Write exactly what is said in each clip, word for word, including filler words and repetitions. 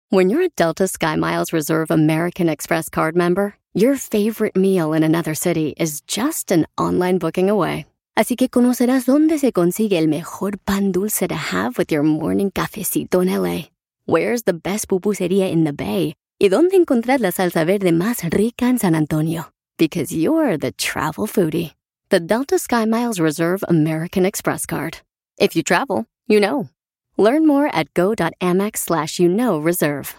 When you're a Delta SkyMiles Reserve American Express card member, your favorite meal in another city is just an online booking away. Así que conocerás dónde se consigue el mejor pan dulce to have with your morning cafecito en L A. Where's the best pupusería in the Bay? Y dónde encontrar la salsa verde más rica en San Antonio. Because you're the travel foodie. The Delta SkyMiles Reserve American Express card. If you travel, you know. Learn more at go.amex slash you know reserve.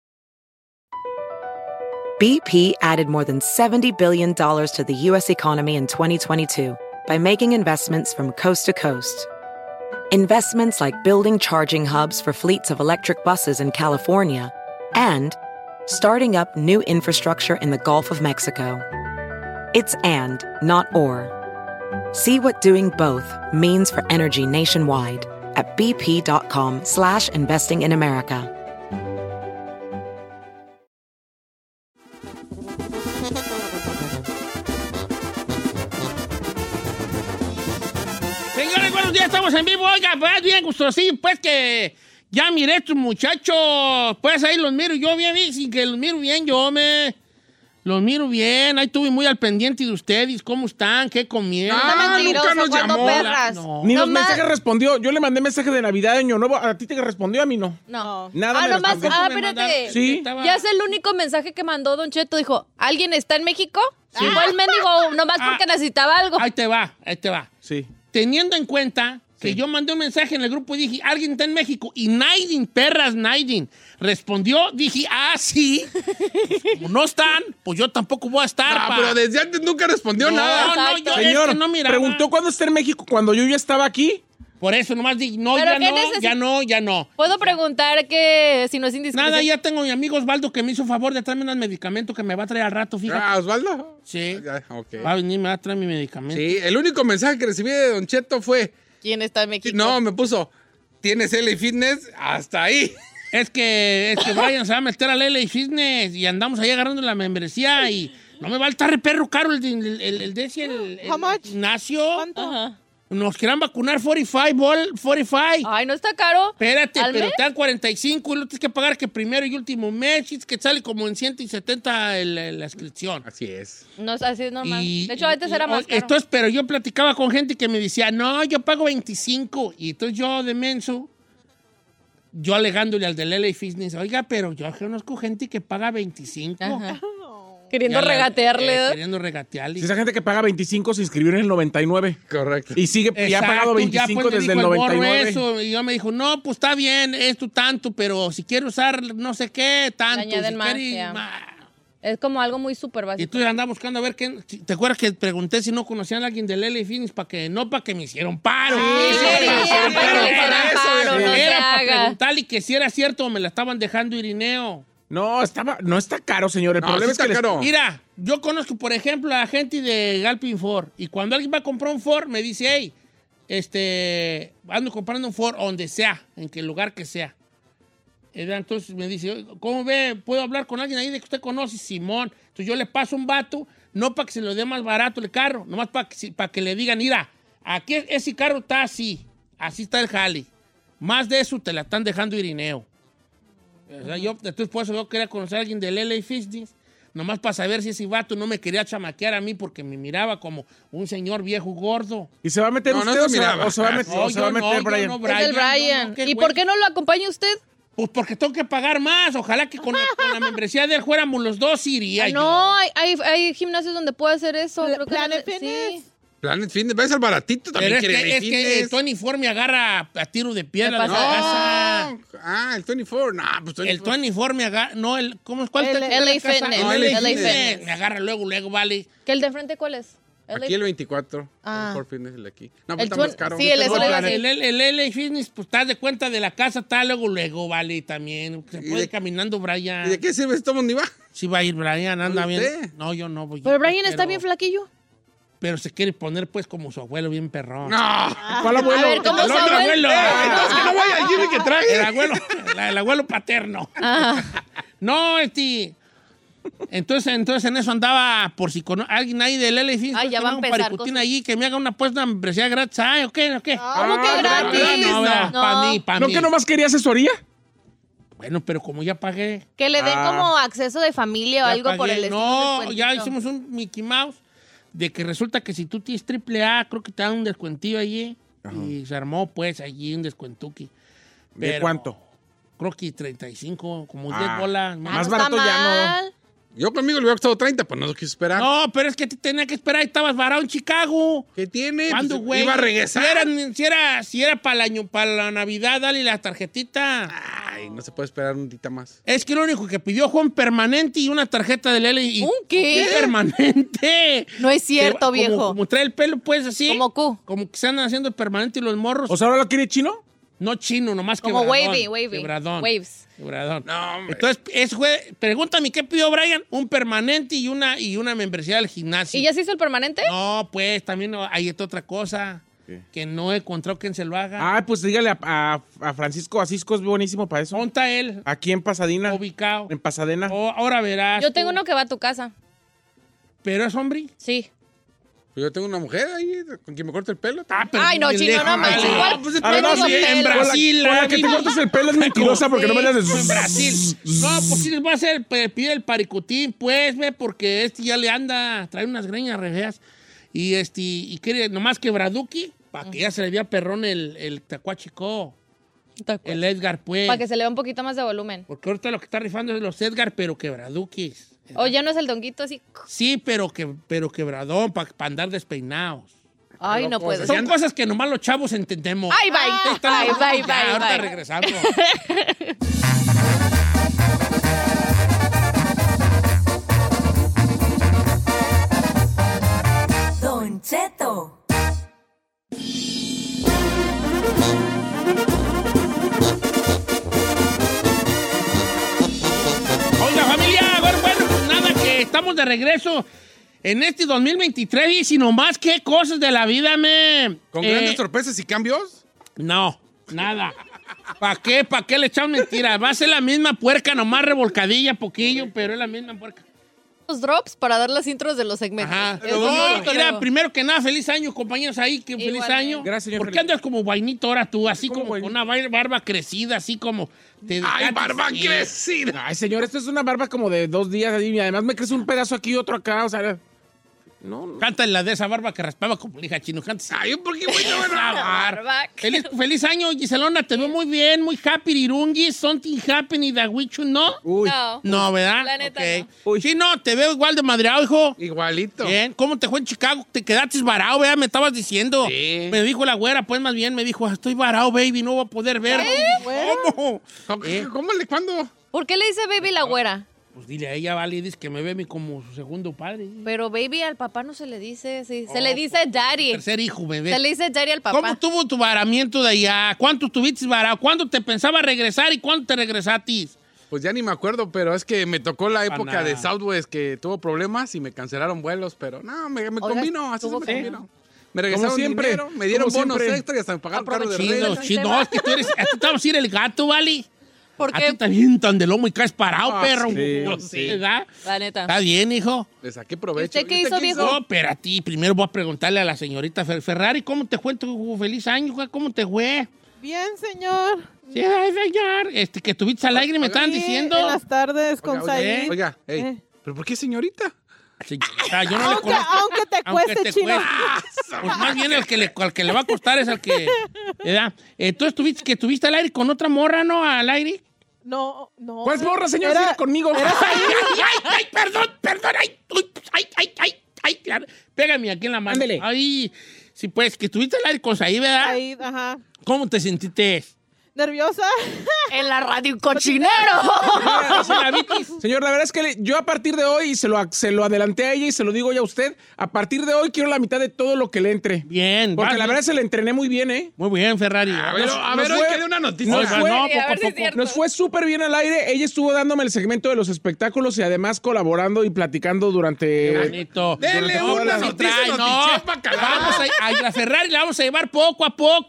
B P added more than seventy billion dollars to the U S economy in twenty twenty-two by making investments from coast to coast. Investments like building charging hubs for fleets of electric buses in California and starting up new infrastructure in the Gulf of Mexico. It's and, not or. See what doing both means for energy nationwide at bp.com slash investing in America. Señores, buenos días, estamos en vivo. Oiga, pues bien gustosín, pues que ya miré a estos muchachos. Pues ahí los miro yo bien, bien, sin que los miro bien, yo me... Los miro bien, ahí estuve muy al pendiente de ustedes, ¿cómo están? ¿Qué comieron? Ah, nunca nos llamó. No. Ni los Nomás- mensajes respondió. Yo le mandé mensaje de Navidad, Año Nuevo. ¿A ti te respondió? A mí no. No. Nada Ah, me nomás, respondió. ah, Me espérate. mandaron- Sí. estaba- Ya es el único mensaje que mandó Don Cheto. Dijo, ¿alguien está en México? Sí. Fue el mendigo nomás Ah. porque necesitaba algo. Ahí te va, ahí te va. Sí. Teniendo en cuenta que yo mandé un mensaje en el grupo y dije, alguien está en México. Y Naidin, perras Naidin, respondió, dije, ah, sí. Como no están, pues yo tampoco voy a estar. Ah, pa. pero desde antes nunca respondió No, nada. no, yo Señor, es que no miraba. preguntó cuándo está en México cuando yo ya estaba aquí. Por eso nomás dije, no, ¿Pero ya qué no, necesi- ya no, ya no. ¿Puedo preguntar que si no es indiscreción? Nada, ya tengo a mi amigo Osvaldo que me hizo favor de traerme unos medicamentos que me va a traer al rato, fíjate. Ah, Osvaldo. Sí. Ya, ok. Va a venir, me va a traer mi medicamento. Sí, el único mensaje que recibí de Don Cheto fue, ¿Quién está en México? no, me puso, ¿tienes L A Fitness? Hasta ahí. Es que, es que Brian se va a meter al L A Fitness y andamos ahí agarrando la membresía y no me va a estar re perro caro el, el, el, el de ese, el, el How much? gimnasio. Ajá. Nos quieran vacunar cuarenta y cinco, bol, cuarenta y cinco. Ay, ¿no está caro? Espérate, ¿Al pero mes? te dan cuarenta y cinco y lo tienes que pagar que primero y último mes, es que sale como en ciento setenta el- el- la inscripción. Así es. No, así es normal. Y- de hecho, antes y- era más o- caro. Entonces, pero yo platicaba con gente que me decía, no, yo pago veinticinco. Y entonces yo, de menso, yo alegándole al del L A Fitness, oiga, pero yo conozco gente que paga veinticinco. Ajá. Queriendo Ya la- regatearle. eh, ¿eh? queriendo regatearle. Si esa gente que paga veinticinco se inscribió en el noventa y nueve. Correcto. Y sigue, y ha Exacto, pagado ya, veinticinco pues, me desde el dijo noventa y morro nueve. eso, y yo me dijo, no, pues está bien, esto tanto, pero si quiero usar no sé qué, tanto. Le añaden si más, quiere, ya. más. Es como algo muy súper Y básico. tú andabas buscando a ver qué. ¿Te acuerdas que pregunté si no conocían a alguien del L A Fitness para que no para que me hicieron paro? Sí, Sí, sí, para que me hicieron sí, para que paro. le hicieran Era eso, paro, no se Era para haga. preguntarle que si era cierto o me la estaban dejando Irineo. No, estaba, no está caro, señor. El No, problema sí es que está les- caro. Mira, yo conozco, por ejemplo, a la gente de Galpin Ford. Y cuando alguien va a comprar un Ford, me dice, hey, este, ando comprando un Ford donde sea, en que lugar que sea. Eh, Entonces me dice, ¿cómo ve? ¿Puedo hablar con alguien ahí de que usted conoce? Simón. Entonces yo le paso un vato, no para que se lo dé más barato el carro, nomás para que, para que le digan, mira, aquí ese carro está así, así está el jale. Más de eso te la están dejando Irineo. O sea, yo, entonces por eso yo quería conocer a alguien del L A Fitness, nomás para saber si ese vato no me quería chamaquear a mí porque me miraba como un señor viejo gordo. ¿Y se va a meter No, no usted se o, se va, miraba. o se va a meter, No, o se va a yo meter no, yo Brian? no, Es Brian, el Brian. no, no, qué ¿Y güey. por qué no lo acompaña usted? Pues porque tengo que pagar más. Ojalá que con la, con la membresía de él fuéramos los dos, iría Ah, yo. no, hay, hay, hay gimnasios donde puede hacer eso. Pla- Creo que Planet sí. Fitness. Planet Fitness, ves al baratito Pero también es quiere que, L A es que el Fitness. veinticuatro me agarra a tiro de piedra ¿Qué de la pasa? casa. No. Ah, el veinticuatro. No, pues El veinticuatro. veinticuatro me agarra... No, el... ¿Cómo es? ¿Cuál El- está- L A la casa? Fitness. No, L A L A Fitness. Fitness. Me agarra luego, luego, vale. ¿Que el de frente cuál es? Aquí el veinticuatro. Ah. El Ford Fitness, el de aquí. No, pues El está twen- más caro. sí, el No, eso le iba a el, decir. el, el L A Fitness, pues estás de cuenta de la casa, está luego, luego, vale, también. Se ¿Y puede de- caminando, Brian. ¿Y de qué sirve esto, ni va? Sí va a ir Brian, anda ¿Oye bien. usted? No, yo no voy. Pero Brian pero- está bien flaquillo. Pero se quiere poner, pues, como su abuelo, bien perrón. No. ¿Cuál abuelo? A ver, ¿cómo El su otro abuelo? abuelo. No, es que no voy al gym y que traje. El abuelo, la- el abuelo paterno. No, este... Entonces, entonces en eso andaba, por si cono alguien ahí del L A Fitness, Ay, ya que va a me haga un empezar paricutín cosas. allí, que me haga una puesta una membresía gratis. Ay, ¿o qué? ¿O qué? ¿Cómo que Ah, gratis? No, No. para mí, para ¿No mí. que nomás quería asesoría? Bueno, pero como ya pagué. Que le den Ah. como acceso de familia o ya algo por pagué. el estilo. No, un ya descuentito. hicimos un Mickey Mouse de que resulta que si tú tienes triple A, creo que te dan un descuentillo allí. Y se armó, pues, allí un descuentuki. ¿De Pero cuánto? Creo que treinta y cinco, como Ah. diez bolas. Ah, Más no barato está ya no. mal. Yo conmigo le hubiera costado treinta, pues no lo quise esperar. No, pero es que te tenía que esperar y estabas varado en Chicago. ¿Qué tiene? ¿Cuándo, Pues, güey? iba a regresar. Si era, si era, si era para, el año, para la Navidad, dale la tarjetita. Ay, no se puede esperar un día más. Es que lo único que pidió fue un permanente y una tarjeta de L. Y ¿Un qué? ¿Un permanente? No es cierto, Como- viejo. Como trae el pelo, pues, así. Como Q. Como que se andan haciendo el permanente y los morros. ¿O sea, ahora lo quiere chino? No chino, nomás Como quebradón. wavy, wavy. Quebradón. Waves. Quebradón. No, hombre. Entonces, es, fue, pregúntame, ¿qué pidió Brian? Un permanente y una, y una membresía del gimnasio. ¿Y ya se hizo el permanente? No, pues, también no, hay esta otra cosa. ¿Qué? Que no he encontrado quien se lo haga. Ah, pues dígale a, a- a Francisco Asisco, es buenísimo para eso. ¿Dónde está él? Aquí en Pasadena. Ubicado. En Pasadena. Oh, ahora verás. Yo tengo tú. uno que va a tu casa. ¿Pero es hombre? Sí. Pues yo tengo una mujer ahí con quien me corta el pelo. Ah, pero Ay, no, muy chino, lejos. no manches. Vale. Igual, Pues es A ver, que no, no, sí, en pelo. Brasil. Con la que te amigo. cortas el pelo es mentirosa porque no me le haces... En Brasil. No, pues sí les voy a hacer, pe- pide el paricutín, pues, ve, porque este ya le anda, trae unas greñas re feas. Y este, y quiere nomás quebraduki, para que ya se le vea perrón el, el tacuachico, el Edgar, pues. Para que se le vea un poquito más de volumen. Porque ahorita lo que está rifando es los Edgar, pero quebradukis. O ya no es el donguito así. Sí, pero, que, pero quebradón, para andar despeinados. Ay, no puede Son ser. cosas que nomás los chavos entendemos. Ay, bye. Ahí está la Bye, música, bye, ya, bye, ahorita bye. regresamos. Don Cheto. Oiga, familia, bueno, bueno, pues nada, que estamos de regreso en este dos mil veintitrés y si nomás qué cosas de la vida me... ¿Con eh, grandes sorpresas y cambios? No, nada. ¿Para qué? ¿Para qué le echan mentiras? Va a ser la misma puerca, nomás revolcadilla, poquillo, pero es la misma puerca. Los drops para dar las intros de los segmentos. Ajá. Eso No, es lo que mira, luego. primero que nada, feliz año, compañeros ahí, que feliz Igualmente. año. Gracias, señor ¿Por qué Felipe. andas como vainito ahora tú? Así ¿Cómo como con vainito? una bar- barba crecida, así como... te ¡Ay, dejaste barba seguir. crecida! Ay, señor, esto es una barba como de dos días y además me crece un pedazo aquí y otro acá, o sea... No, no. Canta la de esa barba que raspaba como lija chino. Canta esa- Ay, ¿por qué voy a ver? esa barba. barba. Feliz, feliz año, Giselona. Te veo muy bien, muy happy, Irungi. Something happening that we should know. Uy. No. No, ¿verdad? La neta, Ok. no. Uy. Sí, no, te veo igual de madreado, hijo. Igualito. Bien. ¿Cómo te fue en Chicago? Te quedaste varado, ¿verdad? Me estabas diciendo. Sí. Me dijo la güera, pues más bien, me dijo, estoy varado, baby, no voy a poder ver. ¿Cómo? ¿Cómo, ¿Eh? ¿Cómo le cuándo? ¿Por qué le dice baby la güera? Pues dile a ella, vale, dice que me ve mi como su segundo padre. Pero baby al papá no se le dice, sí. Se Oh, le dice daddy. Tercer hijo, bebé. Se le dice daddy al papá. ¿Cómo tuvo tu varamiento de allá? ¿Cuánto estuviste varado? ¿Cuándo te pensaba regresar y cuándo te regresaste? Pues ya ni me acuerdo, pero es que me tocó la época nada. de Southwest que tuvo problemas y me cancelaron vuelos, pero no, me, me Oiga, convino, así se tuvo me que- convino. Me regresaron siempre, dinero, me dieron como bonos siempre. extra y hasta me pagaron carro de Aprovechando. renta. Chido, chido. No, es que tú eres... A ti te vamos a ir el gato, ¿vale? ¿Por A ti qué? te avientan de lomo y caes parado, Ah, perro. sí, Sí, ¿verdad? La neta. Está bien, hijo. Le saqué provecho. ¿Y usted qué ¿Y hizo, viejo? No, pero a ti, primero voy a preguntarle a la señorita Fer- Ferrari, ¿cómo te fue en tu feliz año? güey? ¿Cómo te fue? Bien, señor. Sí, ay, señor. Este, que tuviste al aire, me estaban Sí, diciendo. En las tardes con Oiga, ¿eh? Said. Oiga, ey, Eh. ¿pero por qué señorita? Señorita, yo no le Aunque, conozco. aunque te Aunque cueste, te chino. cueste. Pues más bien el que le, al que le va a costar es al que... ¿verdad? Entonces, ¿tuviste que tuviste al aire con otra morra, no? Al aire. No, no. Pues morra, señor, Era- siga conmigo. ¡Ay, ay, ay, ay! Perdón, perdón. ¡Ay, uy, ay, ay, ay! ay claro. Pégame aquí en la mano. Ándele. Ay, sí, pues, que estuviste al aire con Saí, ¿verdad? Said, ajá. ¿Cómo te sentiste? ¿Nerviosa? En la radio cochinero. ¿Sí la vitis? Señor, la verdad es que le- yo a partir de hoy, y se lo, se lo adelanté a ella y se lo digo ya a usted, a partir de hoy quiero la mitad de todo lo que le entre. Bien. Porque vas, la verdad se le entrené muy bien, ¿eh? Muy bien, Ferrari. A ver, Nos- a nos ver, hoy fue- que dé una noticia. No, nos no, fue- no, Sí, a poco a ver si es poco. cierto. Nos fue súper bien al aire. Ella estuvo dándome el segmento de los espectáculos y además colaborando y platicando durante... Bonito. Dele Durante toda una la- noticia, trae, notichef, no. bacalao. Vamos a, a la Ferrari la vamos a llevar poco a poco.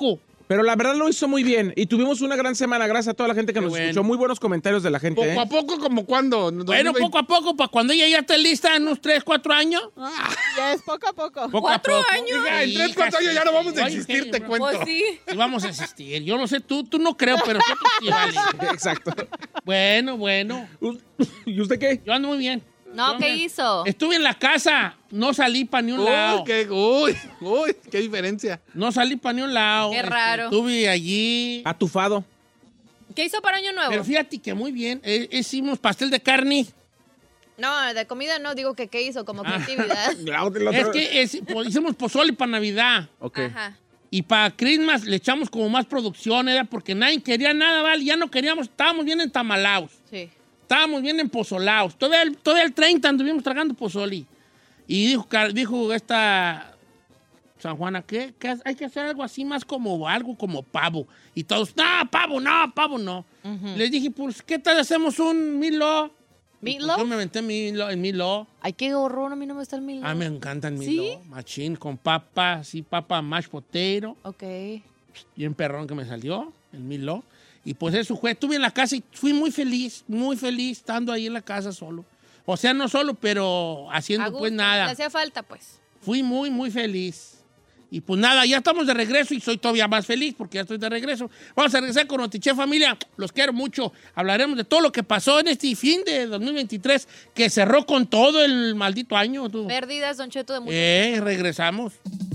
Pero la verdad lo hizo muy bien y tuvimos una gran semana. Gracias a toda la gente que Qué nos bueno. escuchó. Muy buenos comentarios de la gente. Poco ¿eh? a poco, ¿como cuándo? Bueno, poco a poco, para cuando ella ya esté lista en unos tres, cuatro años. Ya es poco a poco. Poco ¿Cuatro a poco. años? Hija, en Sí, tres, cuatro casi. años ya no vamos a Ay, existir, qué- te cuento. Pues sí. Sí, vamos a existir. Yo no sé, tú, tú no creo, pero nosotros sí, vale. Exacto. Bueno, bueno. ¿Y usted qué? Yo ando muy bien. No, Yo ¿qué me- hizo? Estuve en la casa, no salí para ni un lado. Uy, qué, uy, uy, qué diferencia. No salí para ni un lado. Qué Este, raro. Estuve allí. Atufado. ¿Qué hizo para Año Nuevo? Pero fíjate que muy bien. Eh, hicimos pastel de carne. No, de comida no, digo que qué hizo como Ah. creatividad. La otra- la Es otra- que es- pues, hicimos pozole para Navidad. Ok. Ajá. Y para Christmas le echamos como más producción, era porque nadie quería nada, ¿vale? Ya no queríamos, estábamos bien entamalados. Sí. Estábamos bien empozolados. Todavía, el- todavía el treinta anduvimos tragando pozoli. Y dijo, Car- dijo esta San Juana, ¿qué? ¿Qué? Hay que hacer algo así más como algo como pavo. Y todos, no, pavo, no, pavo, no. Les dije, pues, ¿qué tal hacemos un Milo? Y, pues, ¿Meatloaf? yo me aventé Milo, el Milo. Ay, qué horror, a mí no me gusta el Milo. Ah, me encanta el ¿Sí? Milo. Machín, con papa, sí, papa mashed potato. Ok. Bien perrón que me salió, el Milo. Y pues eso fue, estuve en la casa y fui muy feliz, muy feliz estando ahí en la casa solo. O sea, no solo, pero haciendo A gusto, pues Le nada. hacía falta, pues. Fui muy, muy feliz. Y pues nada, ya estamos de regreso y soy todavía más feliz porque ya estoy de regreso. Vamos a regresar con Notiche Familia. Los quiero mucho. Hablaremos de todo lo que pasó en este fin de dos mil veintitrés que cerró con todo el maldito año. Tú. Pérdidas, Don Cheto, de mucho. Eh, regresamos.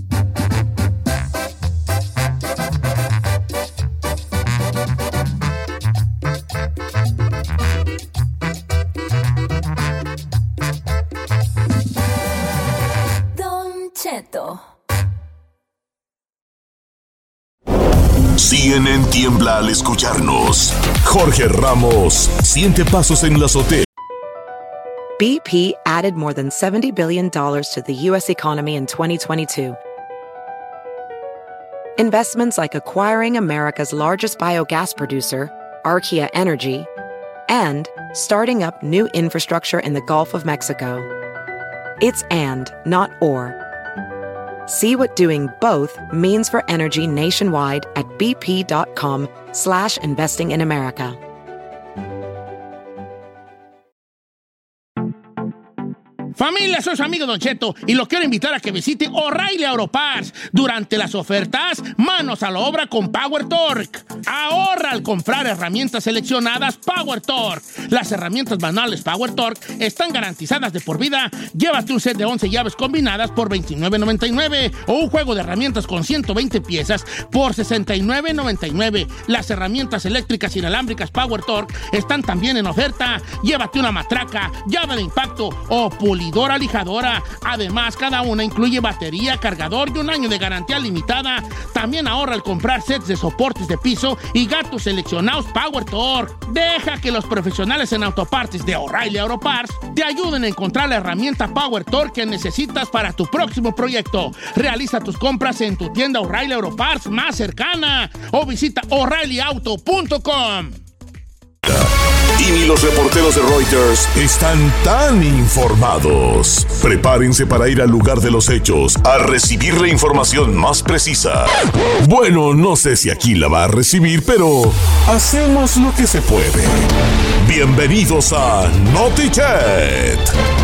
Don Cheto. C N N tiembla al escucharnos. Jorge Ramos siente pasos en la azotea. B P added more than seventy billion dollars to the U S economy in twenty twenty-two. Investments like acquiring America's largest biogas producer, Archaea Energy, and starting up new infrastructure in the Gulf of Mexico. It's and, not or. See what doing both means for energy nationwide at bp.com slash investing in America. Familia, soy su amigo Don Cheto y lo quiero invitar a que visite O'Reilly Auto Parts durante las ofertas Manos a la Obra con Power Torque. Ahorra al comprar herramientas seleccionadas Power Torque. Las herramientas manuales Power Torque están garantizadas de por vida. Llévate un set de once llaves combinadas por veintinueve noventa y nueve o un juego de herramientas con ciento veinte piezas por sesenta y nueve noventa y nueve. Las herramientas eléctricas inalámbricas Power Torque están también en oferta. Llévate una matraca, llave de impacto o pulidora lijadora. Además, cada una incluye batería, cargador y un año de garantía limitada. También ahorra al comprar sets de soportes de piso y gatos seleccionados Power Torque. Deja que los profesionales en autopartes de O'Reilly Auto Parts te ayuden a encontrar la herramienta Power Torque que necesitas para tu próximo proyecto. Realiza tus compras en tu tienda O'Reilly Auto Parts más cercana o visita O'Reilly Auto punto com. Y ni los reporteros de Reuters están tan informados. Prepárense para ir al lugar de los hechos a recibir la información más precisa. Bueno, no sé si aquí la va a recibir, pero hacemos lo que se puede. Bienvenidos a Notichet.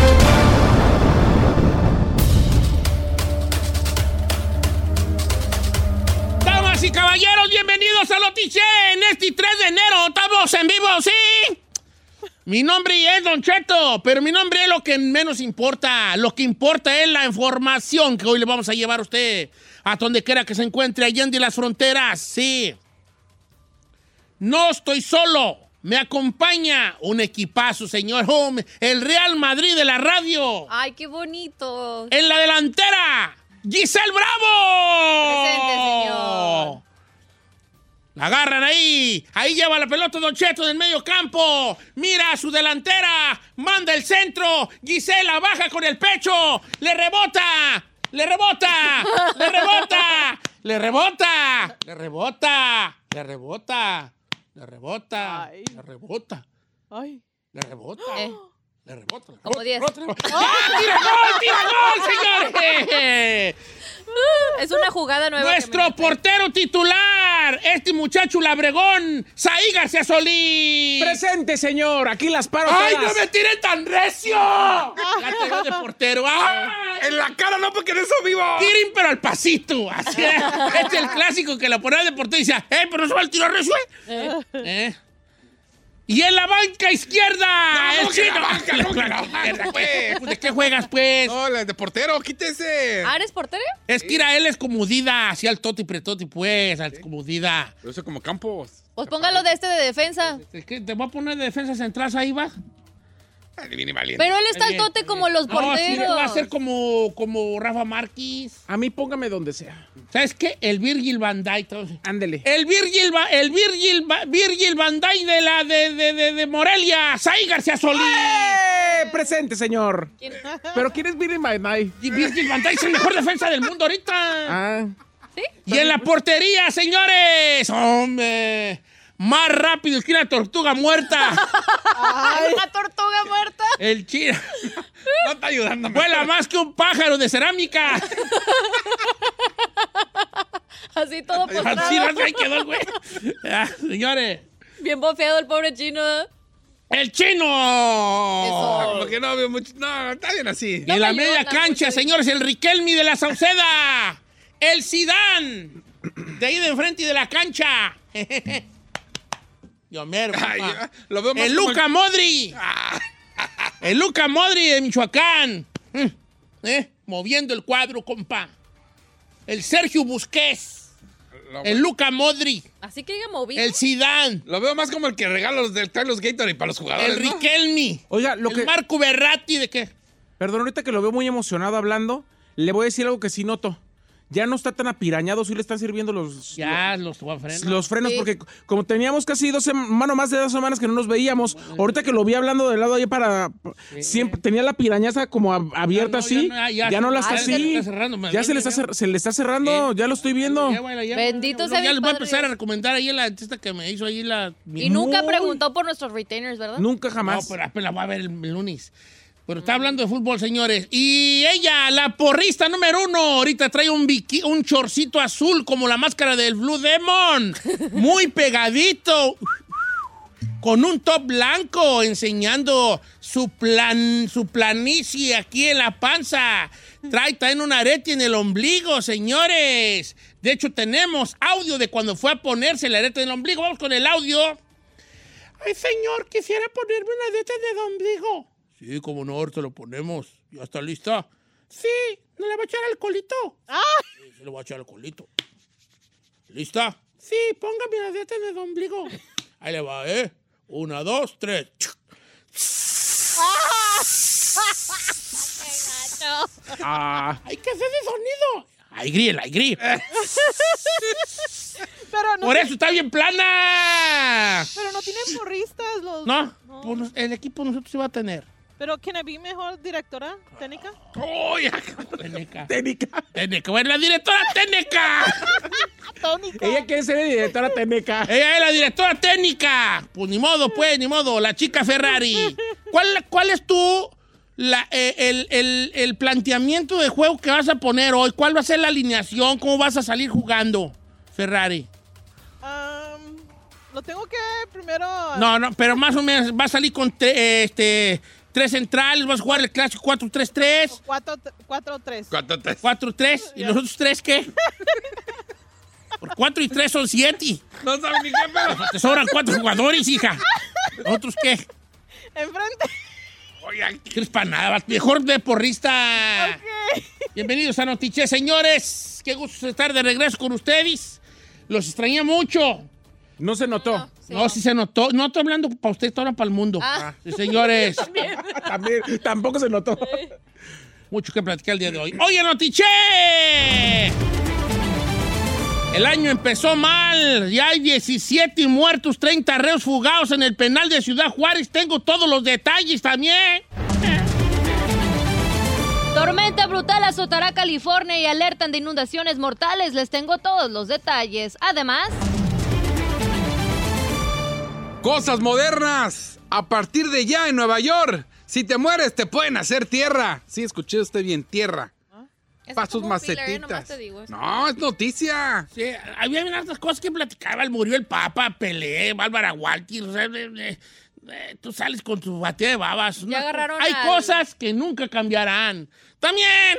Damas y caballeros, bienvenidos a Notiche en este tres de enero. Estamos en vivo, ¿sí? Mi nombre es Don Cheto, pero mi nombre es lo que menos importa. Lo que importa es la información que hoy le vamos a llevar a usted a donde quiera que se encuentre, allá en las fronteras, sí. No estoy solo, me acompaña un equipazo, señor Home, el Real Madrid de la radio. Ay, qué bonito. En la delantera, Giselle Bravo. Presente, señor. La agarran ahí. Ahí lleva la pelota Don Cheto del medio campo. Mira a su delantera. Manda el centro. Gisela baja con el pecho. Le rebota. Le rebota. Le rebota. Le rebota. Le rebota. Le rebota. Le rebota. Ay. Le rebota. Ay. Le rebota. Eh, Le rebota. le Como rebota, diez. rebota, rebota. ¡Ah, tira gol! ¡Tira gol, señores! es una jugada nueva. que Nuestro me- portero titular. empezar, este muchacho labregón, Saí García Solís. Presente, señor. Aquí las paro ¡Ay, todas. no me tiren tan recio! La tengo de portero. ¡Ay! En la cara no, porque en eso vivo. Tiren, pero al pasito. Así es. Este es el clásico que la ponía de portero y decía, ¡eh, pero no se va el tiro recio! ¿Eh? ¿Eh? Y en la banca izquierda, No, el ¿cómo que chino. la banca? ¿Cómo que la banca, pues? ¿De qué juegas, pues? No, la de portero, quítese. ¿Ah, eres portero? Es que era él es como Dida, así al toti pretoti, pues, al como Dida. Yo soy como Campos. Pues póngalo de este de defensa. Es que te voy a poner de defensa central, ahí va. Adivine y valiente. Pero él está al Bien, tote bien. como los No, sí, porteros. va a ser como, como Rafa Márquez. A mí póngame donde sea. ¿Sabes qué? El Virgil van Dijk. entonces. Ándele. El Virgil, Va- el Virgil, Va- Virgil van Dijk de la de, de, de, de Morelia, Saí García Solís. ¡Eh! Presente, señor. ¿Quién? ¿Pero quién es Billy My Night? Y Virgil van Dijk es el mejor defensa del mundo ahorita. Ah. ¿Sí? Y en la portería, señores, hombre, más rápido que una tortuga muerta. Una tortuga muerta. El chino No está ayudando. vuela más que un pájaro de cerámica. Así todo Así postrado. ahí quedó el güey. Ah, señores, Bien bofeado el pobre chino. el chino. Eso. Porque no veo mucho. No, está bien así. Y en la me media ayuda cancha, mucho. señores, el Riquelme de la Sauceda. El Zidane. De ahí de enfrente y de la cancha. Yo mero, Ay, papá. yo lo veo más El como Luca Modri. El Luca Modri de Michoacán. Mm, ¿Eh? Moviendo el cuadro, compa. El Sergio Busquets. Lo, El Luca Modri. Así que diga movido. El Zidane. lo veo más como el que regala los del Carlos Gatorade para los jugadores, El ¿no? Riquelme. Oiga, lo el que... Marco Berratti. ¿De qué? Perdón, ahorita que lo veo muy emocionado hablando, le voy a decir algo que sí noto. Ya no está tan apirañado, sí le están sirviendo los... Ya, los voy a frenar. Los frenos, Sí. porque como teníamos casi dos semanas, más de dos semanas que no nos veíamos, ahorita que lo vi hablando del lado ahí para... Siempre tenía la pirañaza como ab- abierta Ya no, así, ya no, ya, ya- no la ya está se le así, está cerrando, más ya bien, se le está, ya. cer- se le está cerrando, ya lo estoy viendo. Llévala, llévala, Bendito llévala. sea Ya mi les voy a padre empezar a Dios. recomendar ahí la artista que me hizo ahí la... Y nunca Muy- preguntó por nuestros retainers, ¿verdad? Nunca jamás. No, pero apenas la voy a ver el, el lunes. Pero está hablando de fútbol, señores. Y ella, la porrista número uno, ahorita trae un biqui- un chorcito azul como la máscara del Blue Demon. Muy pegadito. Con un top blanco enseñando su plan, su planicie aquí en la panza. Trae también un arete en el ombligo, señores. De hecho, tenemos audio de cuando fue a ponerse el arete en el ombligo. Vamos con el audio. Ay, señor, quisiera ponerme una arete en el ombligo. Sí, como no, ahorita lo ponemos. ¿Ya está lista? Sí, ¿no le va a echar alcoholito? ¡Ah! Sí, se le va a echar alcoholito. ¿Lista? Sí, póngame la dieta en el ombligo. Ahí le va, ¿eh? Una, dos, tres. Ah, ¡Ay, qué hace ese sonido! ¡Ay, grill, ay, grill! Pero no, ¡Por eso está bien plana! pero no tienen porristas los... No, pues, el equipo nosotros sí va a tener. Pero ¿quién es mejor directora técnica? ¡Uy! Técnica. técnica. Técnica. Bueno, la directora técnica. Tónica. Ella quiere ser directora técnica. Ella es la directora técnica. Pues ni modo, pues, ni modo. La chica Ferrari. ¿Cuál, cuál es tu, la, eh, el, el, el planteamiento de juego que vas a poner hoy? ¿Cuál va a ser la alineación? ¿Cómo vas a salir jugando, Ferrari? Um, lo tengo que primero... No, no, pero más o menos va a salir con tre- eh, este, tres centrales. Vas a jugar el clásico cuatro tres tres. Cuatro, cuatro, tres. ¿Cuánto te- cuatro tres. ¿Y los otros tres qué? Por cuatro y tres son siete. No saben ni qué pedo. Te sobran cuatro jugadores, hija. ¿Otros qué? Enfrente. Oigan, ¿Qué es para nada? Mejor de porrista. Bienvenidos a Notiche, señores. Qué gusto estar de regreso con ustedes. Los extrañé mucho. No se notó. No, sí. No, si se notó. No estoy hablando para usted, estoy hablando para el mundo. Ah. Sí, señores. También, tampoco se notó. Mucho que platicar el día de hoy. ¡Oye, Notiche! El año empezó mal. Ya hay diecisiete muertos, treinta reos fugados en el penal de Ciudad Juárez. Tengo todos los detalles también. Tormenta brutal azotará California y alertan de inundaciones mortales. Les tengo todos los detalles. Además, cosas modernas. A partir de ya en Nueva York, si te mueres te pueden hacer tierra. Sí, escuché usted bien, tierra. Eso para es sus como un filler, ¿eh? Nomás macetitas. te digo eso. No, es noticia. Sí, había otras cosas que platicaba. Murió el Papa, Pelé, Bárbara Walters. O sea, eh, eh, eh, tú sales con tu batida de babas. Una agarraron co- Hay al- cosas que nunca cambiarán. También,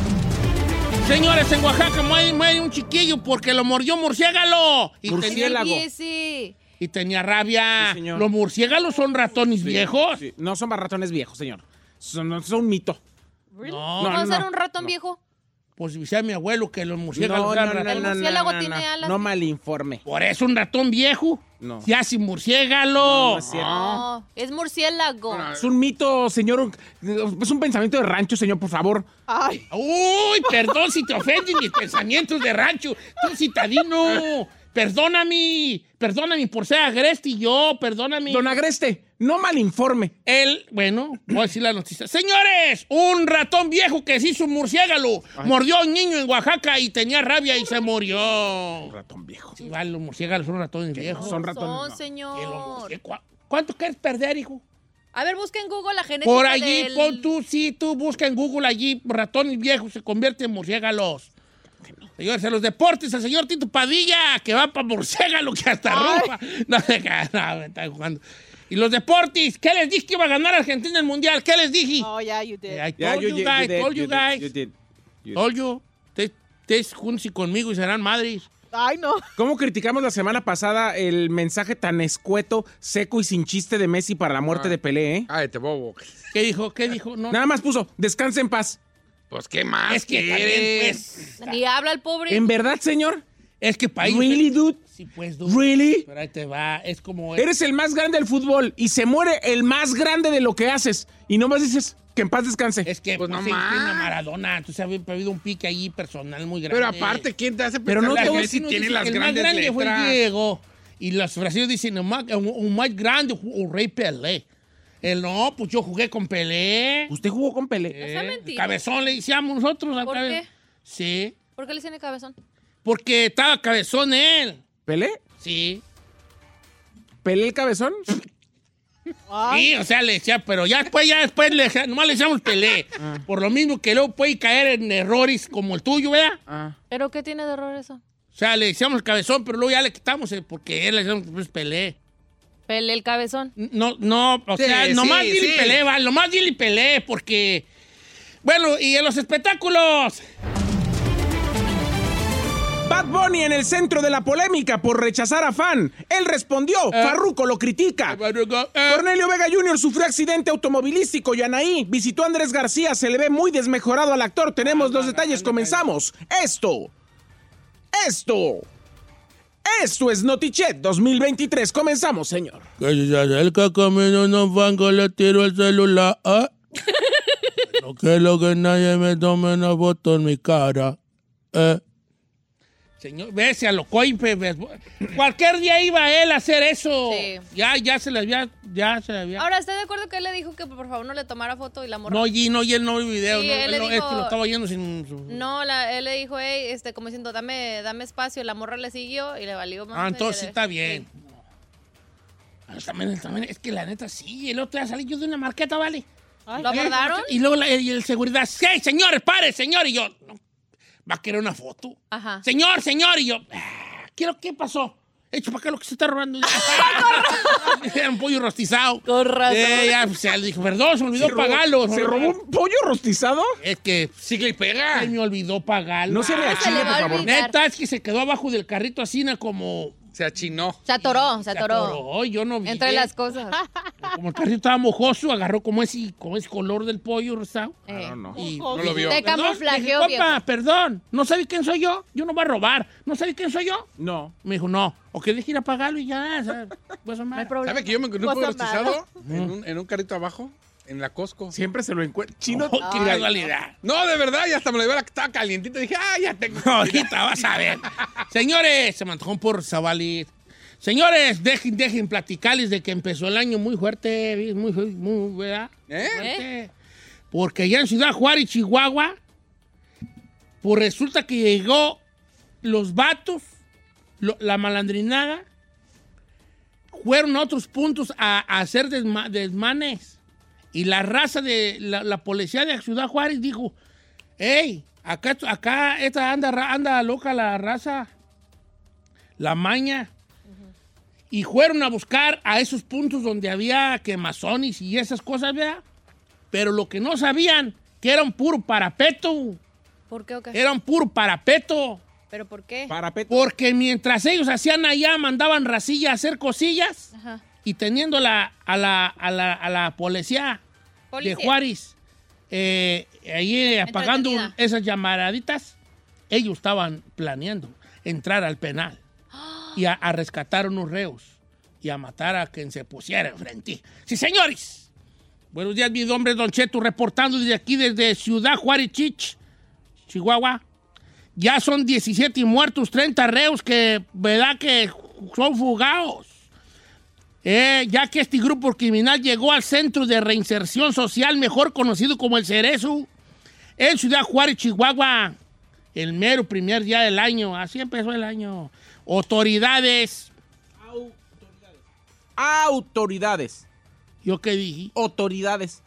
señores, en Oaxaca muere, muere un chiquillo porque lo mordió murciélago. Y tenía, Murciélago. Sí, sí. y tenía rabia. Sí, señor. Los murciélagos son ratones viejos. Sí, no son ratones viejos, señor. Son, son un mito. Really? No, ¿Cómo va a no, ser no, un ratón no. viejo? Pues decía mi abuelo que los No, murciélagos no, eran no, no, ratones. El no, murciélago no, tiene no, alas. no malinforme. Por eso un ratón viejo. No. Se hace murciélago. No, no es cierto. No, es murciélago. Es un mito, señor. Es un pensamiento de rancho, señor, por favor. Ay, Uy, perdón si te ofenden mis pensamientos de rancho. Tú, citadino. Perdóname. Perdóname por ser agreste y yo. Perdóname. Don Agreste, no malinforme. Él, bueno, voy a decir la noticia. Señores, un ratón viejo que se hizo un murciélago mordió a un niño en Oaxaca y tenía rabia y se murió. Un ratón viejo. Sí, vale, los murciélagos son ratones viejos. Son ratones. Son, no. señor. Que los murciélagos- ¿Cu- ¿Cuánto quieres perder, hijo? A ver, busca en Google la genética Por allí, del... pon tú, sí, tú busca en Google allí, ratones viejos se convierten en murciélagos. Señores, en los deportes, el señor Tito Padilla, que va para murciélago, que hasta ropa. No, no, me está jugando. Y los deportes, ¿qué les dije que iba a ganar Argentina el Mundial? ¿Qué les dije? oh, yeah, you did. I Yeah, told you, you guys, did, told you you did, guys, you did, you did. told you. Ustedes júntense conmigo y serán madres. Ay, no. ¿Cómo criticamos la semana pasada el mensaje tan escueto, seco y sin chiste de Messi para la muerte de Pelé, eh? Ay, te bobo. ¿Qué dijo? ¿Qué dijo? No. Nada más puso, descanse en paz. Pues, ¿qué más Es que también, quieres? pues, Ni habla el pobre. ¿En verdad, señor? es que país. ¿Really, dude? Sí, pues, dude. ¿Really? Pero ahí te va, es como... Eres el más grande del fútbol y se muere el más grande de lo que haces. Y nomás dices que en paz descanse. Es que Pues pues, no sí, más. tiene a Maradona, entonces ha habido un pique ahí personal muy grande. Pero aparte, ¿quién te hace Pero no pensar que todos Messi Vecinos tiene dicen las que el más grandes grande fue el letras? Diego. Y los brasileños dicen, el más, un, un más grande, o Rey Pelé. El no, pues yo jugué con Pelé. ¿Usted jugó con Pelé? No sea Eh, mentira. Cabezón le decíamos nosotros. al ¿Por cabe- qué? Sí, ¿Por qué le dicen el cabezón? porque estaba cabezón él. ¿Pelé? Sí. ¿Pelé el cabezón? Sí, o sea, le decía, pero ya después, ya después, le, decía- nomás le decíamos Pelé. Por lo mismo que luego puede caer en errores como el tuyo, ¿verdad? Ah. ¿Pero qué tiene de error eso? O sea, le decíamos el cabezón, pero luego ya le quitamos el, porque él le decíamos pues, Pelé. Pele el cabezón. No, no, o Sí, sea, sí, nomás dile sí. Pelé, va, nomás dile Pelé, porque... Bueno, y en los espectáculos... Bad Bunny en el centro de la polémica por rechazar a fan. Él respondió, Farruko lo critica. Eh, Cornelio Vega junior sufrió accidente automovilístico y Anaí visitó a Andrés García. Se le ve muy desmejorado al actor. Tenemos los detalles. Comenzamos. Esto. Esto. Esto es Notichet dos mil veintitrés. Comenzamos, señor. Que si se acerca camino no fango, le tiro el celular. ¿eh? No quiero que nadie me tome una foto en mi cara. ¿eh? Señor, vese a lo coimpe. ves- Cualquier día iba él a hacer eso. Sí. Ya, ya se le había... Ya se le había... Ahora, ¿está de acuerdo que él le dijo que por favor no le tomara foto y la morra? No, y no, y él no vio video. Sí, no, él le no, dijo- es que lo estaba yendo sin... su- No, la- él le dijo, hey, este, como diciendo, dame, dame espacio. La morra le siguió y le valió más. Ah, entonces sí Le- está bien. Ah, También, también, es que la neta sí, el otro día salí yo de una marqueta, ¿vale? ¿Lo abordaron? Y luego la, y el seguridad, sí, señores, pare, señor. Y yo, no, va a querer una foto. Ajá. Señor, señor. Y yo, ah, quiero, ¿qué pasó? Hecho para acá lo que se está robando. Era un pollo rostizado. Con razón. Eh, ya, pues, ya le dijo, perdón, se me olvidó pagarlo. ¿Se robó un pollo rostizado? Es que Sigue y pega. se me olvidó pagarlo. No se le se achile, le por va a favor. olvidar. Neta, es que se quedó abajo del carrito así, ¿no? como... Se achinó. Se atoró, se Se atoró. atoró, yo no vi. Entre las cosas. Como el carrito estaba mojoso, agarró como ese, como ese color del pollo rosado. Eh. No, no. Y No lo vio. Te Perdón, camuflajeó, dije, compa, viejo. perdón, ¿no sabe quién soy yo? Yo no voy a robar. ¿No sabe quién soy yo? No. Me dijo, no. O que deje ir a pagarlo y ya. O sea, pues, No hay madre. problema. ¿Sabe que yo me encontré un Cosa pollo rostizado en un, en un carrito abajo? En la Costco. Siempre se lo encuentra. Chino. Oh, qué casualidad. No, de verdad, y hasta me lo llevé a la que estaba calientita. Dije, ah, ya tengo. Ahorita vas a ver. Señores, se me antojó por Zabalit. Señores, dejen, dejen platicarles de que empezó el año muy fuerte, muy, muy, muy, ¿verdad? ¿Eh? Fuerte. Porque allá en Ciudad Juárez, Chihuahua, pues resulta que llegó los vatos, lo- la malandrinada, fueron a otros puntos a, a hacer desma- desmanes. Y la raza de la, la policía de Ciudad Juárez dijo, hey, Acá, acá esta anda, anda loca la raza, la maña. Uh-huh. Y fueron a buscar a esos puntos donde había quemazones y esas cosas, ¿verdad? Pero lo que no sabían, que era un puro parapeto. ¿Por qué o qué? Era un puro parapeto. ¿Pero por qué? Parapeto. Porque mientras ellos hacían allá, mandaban racilla a hacer cosillas. Ajá. Y teniendo la, a, la, a, la, a la policía, policía. de Juárez eh, ahí apagando esas llamaraditas, ellos estaban planeando entrar al penal y a, a rescatar unos reos y a matar a quien se pusiera enfrente. ¡Sí, señores! Buenos días, mi nombre es Don Cheto, reportando desde aquí, desde Ciudad Juárez, Chich, Chihuahua. Ya son diecisiete muertos, treinta reos que, ¿verdad?, que son fugados. Eh, ya que este grupo criminal llegó al Centro de Reinserción Social, mejor conocido como el Cerezo, en Ciudad Juárez, Chihuahua, el mero primer día del año. Así empezó el año. Autoridades. Autoridades. Autoridades. ¿Yo qué dije? Autoridades.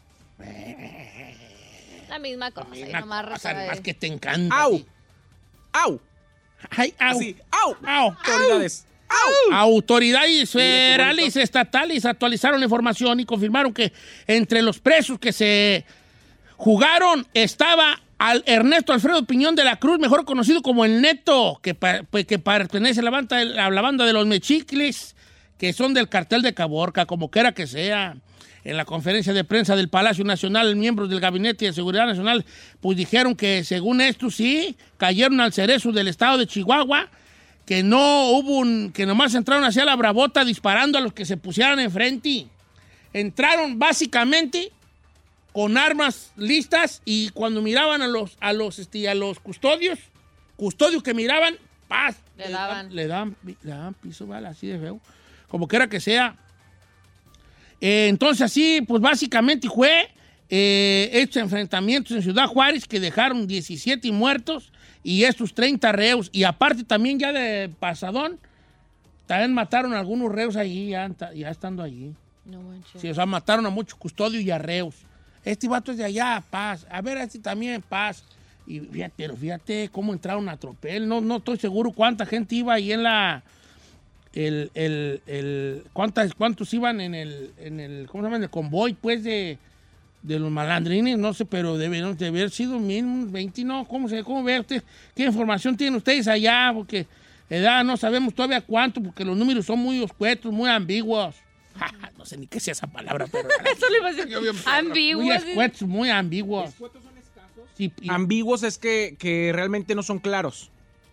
La misma cosa. La misma nomás cosa, de... más que te encanta. ¡Au! ¡Au! ¡Ay, au! Así. ¡Au! ¡Au! Autoridades. ¡Au! Autoridades federales y estatales actualizaron la información y confirmaron que entre los presos que se jugaron estaba al Ernesto Alfredo Piñón de la Cruz, mejor conocido como el Neto, que, pa, que pertenece a la, banda, a la banda de los Mechicles, que son del cartel de Caborca, como quiera que sea. En la conferencia de prensa del Palacio Nacional, miembros del Gabinete de Seguridad Nacional, pues dijeron que según esto sí, cayeron al Cerezo del estado de Chihuahua, que no hubo un, que nomás entraron hacia la bravota disparando a los que se pusieran enfrente. Entraron básicamente con armas listas y cuando miraban a los, a los, este, a los custodios, custodios que miraban, paz, le daban. Le daban, le daban piso, vale, así de feo. Como quiera que sea. Eh, entonces así, pues básicamente fue eh, estos enfrentamientos en Ciudad Juárez que dejaron diecisiete muertos y estos treinta reos. Y aparte también ya de pasadón, también mataron a algunos reos ahí, ya, ya estando allí. No manches. Sí, o sea, mataron a muchos custodios y a reos. Este vato es de allá, paz. A ver, este también, paz. Y fíjate, pero fíjate cómo entraron a tropel. No, no estoy seguro cuánta gente iba ahí en la... El, el, el, ¿cuántas, ¿Cuántos iban en el, en el, ¿cómo se llama? En el convoy, pues, de, de los malandrines? No sé, pero debieron de haber sido mínimo veinte, ¿no? ¿Cómo se, cómo ve usted? ¿Qué información tienen ustedes allá? Porque edad no sabemos todavía cuánto, porque los números son muy oscuetos, muy ambiguos. No sé ni qué sea esa palabra, pero... Eso le iba a decir. Ambiguos. Muy escuetos, muy ambiguos. ¿Escuetos son escasos? Sí, y... Ambiguos es que, que realmente no son claros.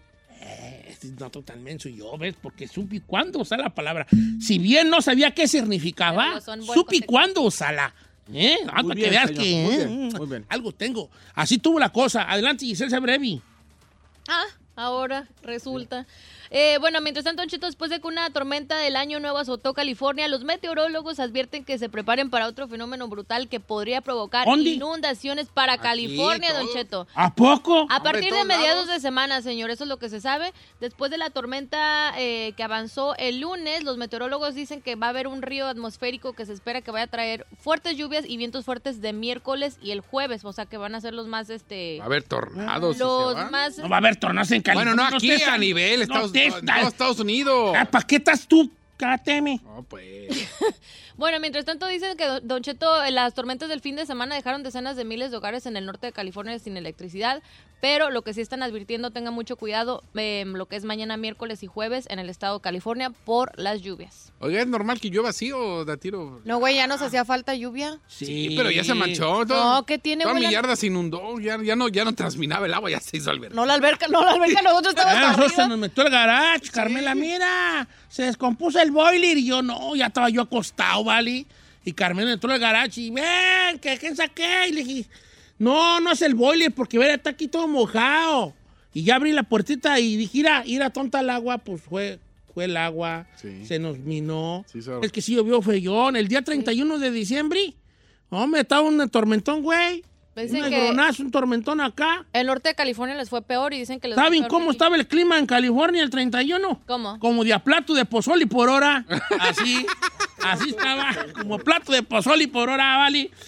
Eh, no totalmente soy yo, ¿ves? Porque supe cuándo usar la palabra. Si bien no sabía qué significaba, supe cuándo usarla. ¿Eh? Ah, para que veas señor. que muy eh, bien, muy bien. algo tengo. Así tuvo la cosa. Adelante, Giselle Sebrevi. Ah, ahora resulta. Eh, bueno, mientras tanto, Chito, después de que una tormenta del año nuevo azotó California, los meteorólogos advierten que se preparen para otro fenómeno brutal que podría provocar ¿Dónde? inundaciones para Aquí, California, todo. Don Cheto. ¿A poco? A partir Hombre, de mediados lados. de semana, señor, eso es lo que se sabe. Después de la tormenta eh, que avanzó el lunes, los meteorólogos dicen que va a haber un río atmosférico que se espera que vaya a traer fuertes lluvias y vientos fuertes de miércoles y el jueves, o sea que van a ser los más, este... Va a haber tornados. los si se va. más... No va a haber tornados en California. Bueno, no aquí, estés- a nivel no Estados, estés- no, Estados Unidos. Ah, ¿para qué estás tú? Cáteme. No, pues. Bueno, mientras tanto dicen que, Don Cheto, las tormentas del fin de semana dejaron decenas de miles de hogares en el norte de California sin electricidad, pero lo que sí están advirtiendo, tengan mucho cuidado, eh, lo que es mañana miércoles y jueves en el estado de California por las lluvias. Oiga, ¿es normal que llueva así o da tiro? No, güey, ya nos hacía falta lluvia. Sí, pero ya se manchó. Todo, No, ¿qué tiene, Toda güey? mi La- yarda se inundó. Ya, ya, no, ya no transminaba el agua, ya se hizo alberca. No, la alberca, no, la alberca, nosotros estamos Ah, hasta nosotros se arriba. nos metió el garage, Carmela, mira, se descompuso el boiler y yo no, ya estaba yo acostado, ¿vale? Y Carmela entró al garage y ven, ¿qué, qué saqué? Y le dije, no, no es el boiler porque ver, está aquí todo mojado. Y ya abrí la puertita y dije, ira, ira tonta el agua, pues fue, fue el agua, Sí. se nos minó. Sí, sir. Es que sí llovió feyón, el día treinta y uno de diciembre, hombre, estaba un tormentón, güey. Dicen Un que negronazo, un tormentón acá. el norte de California les fue peor y dicen que les fue ¿Saben peor cómo que- estaba el clima en California el treinta y uno? ¿Cómo? Como de a plato de pozoli por hora. Así, así estaba, como plato de pozoli por hora, ¿vale?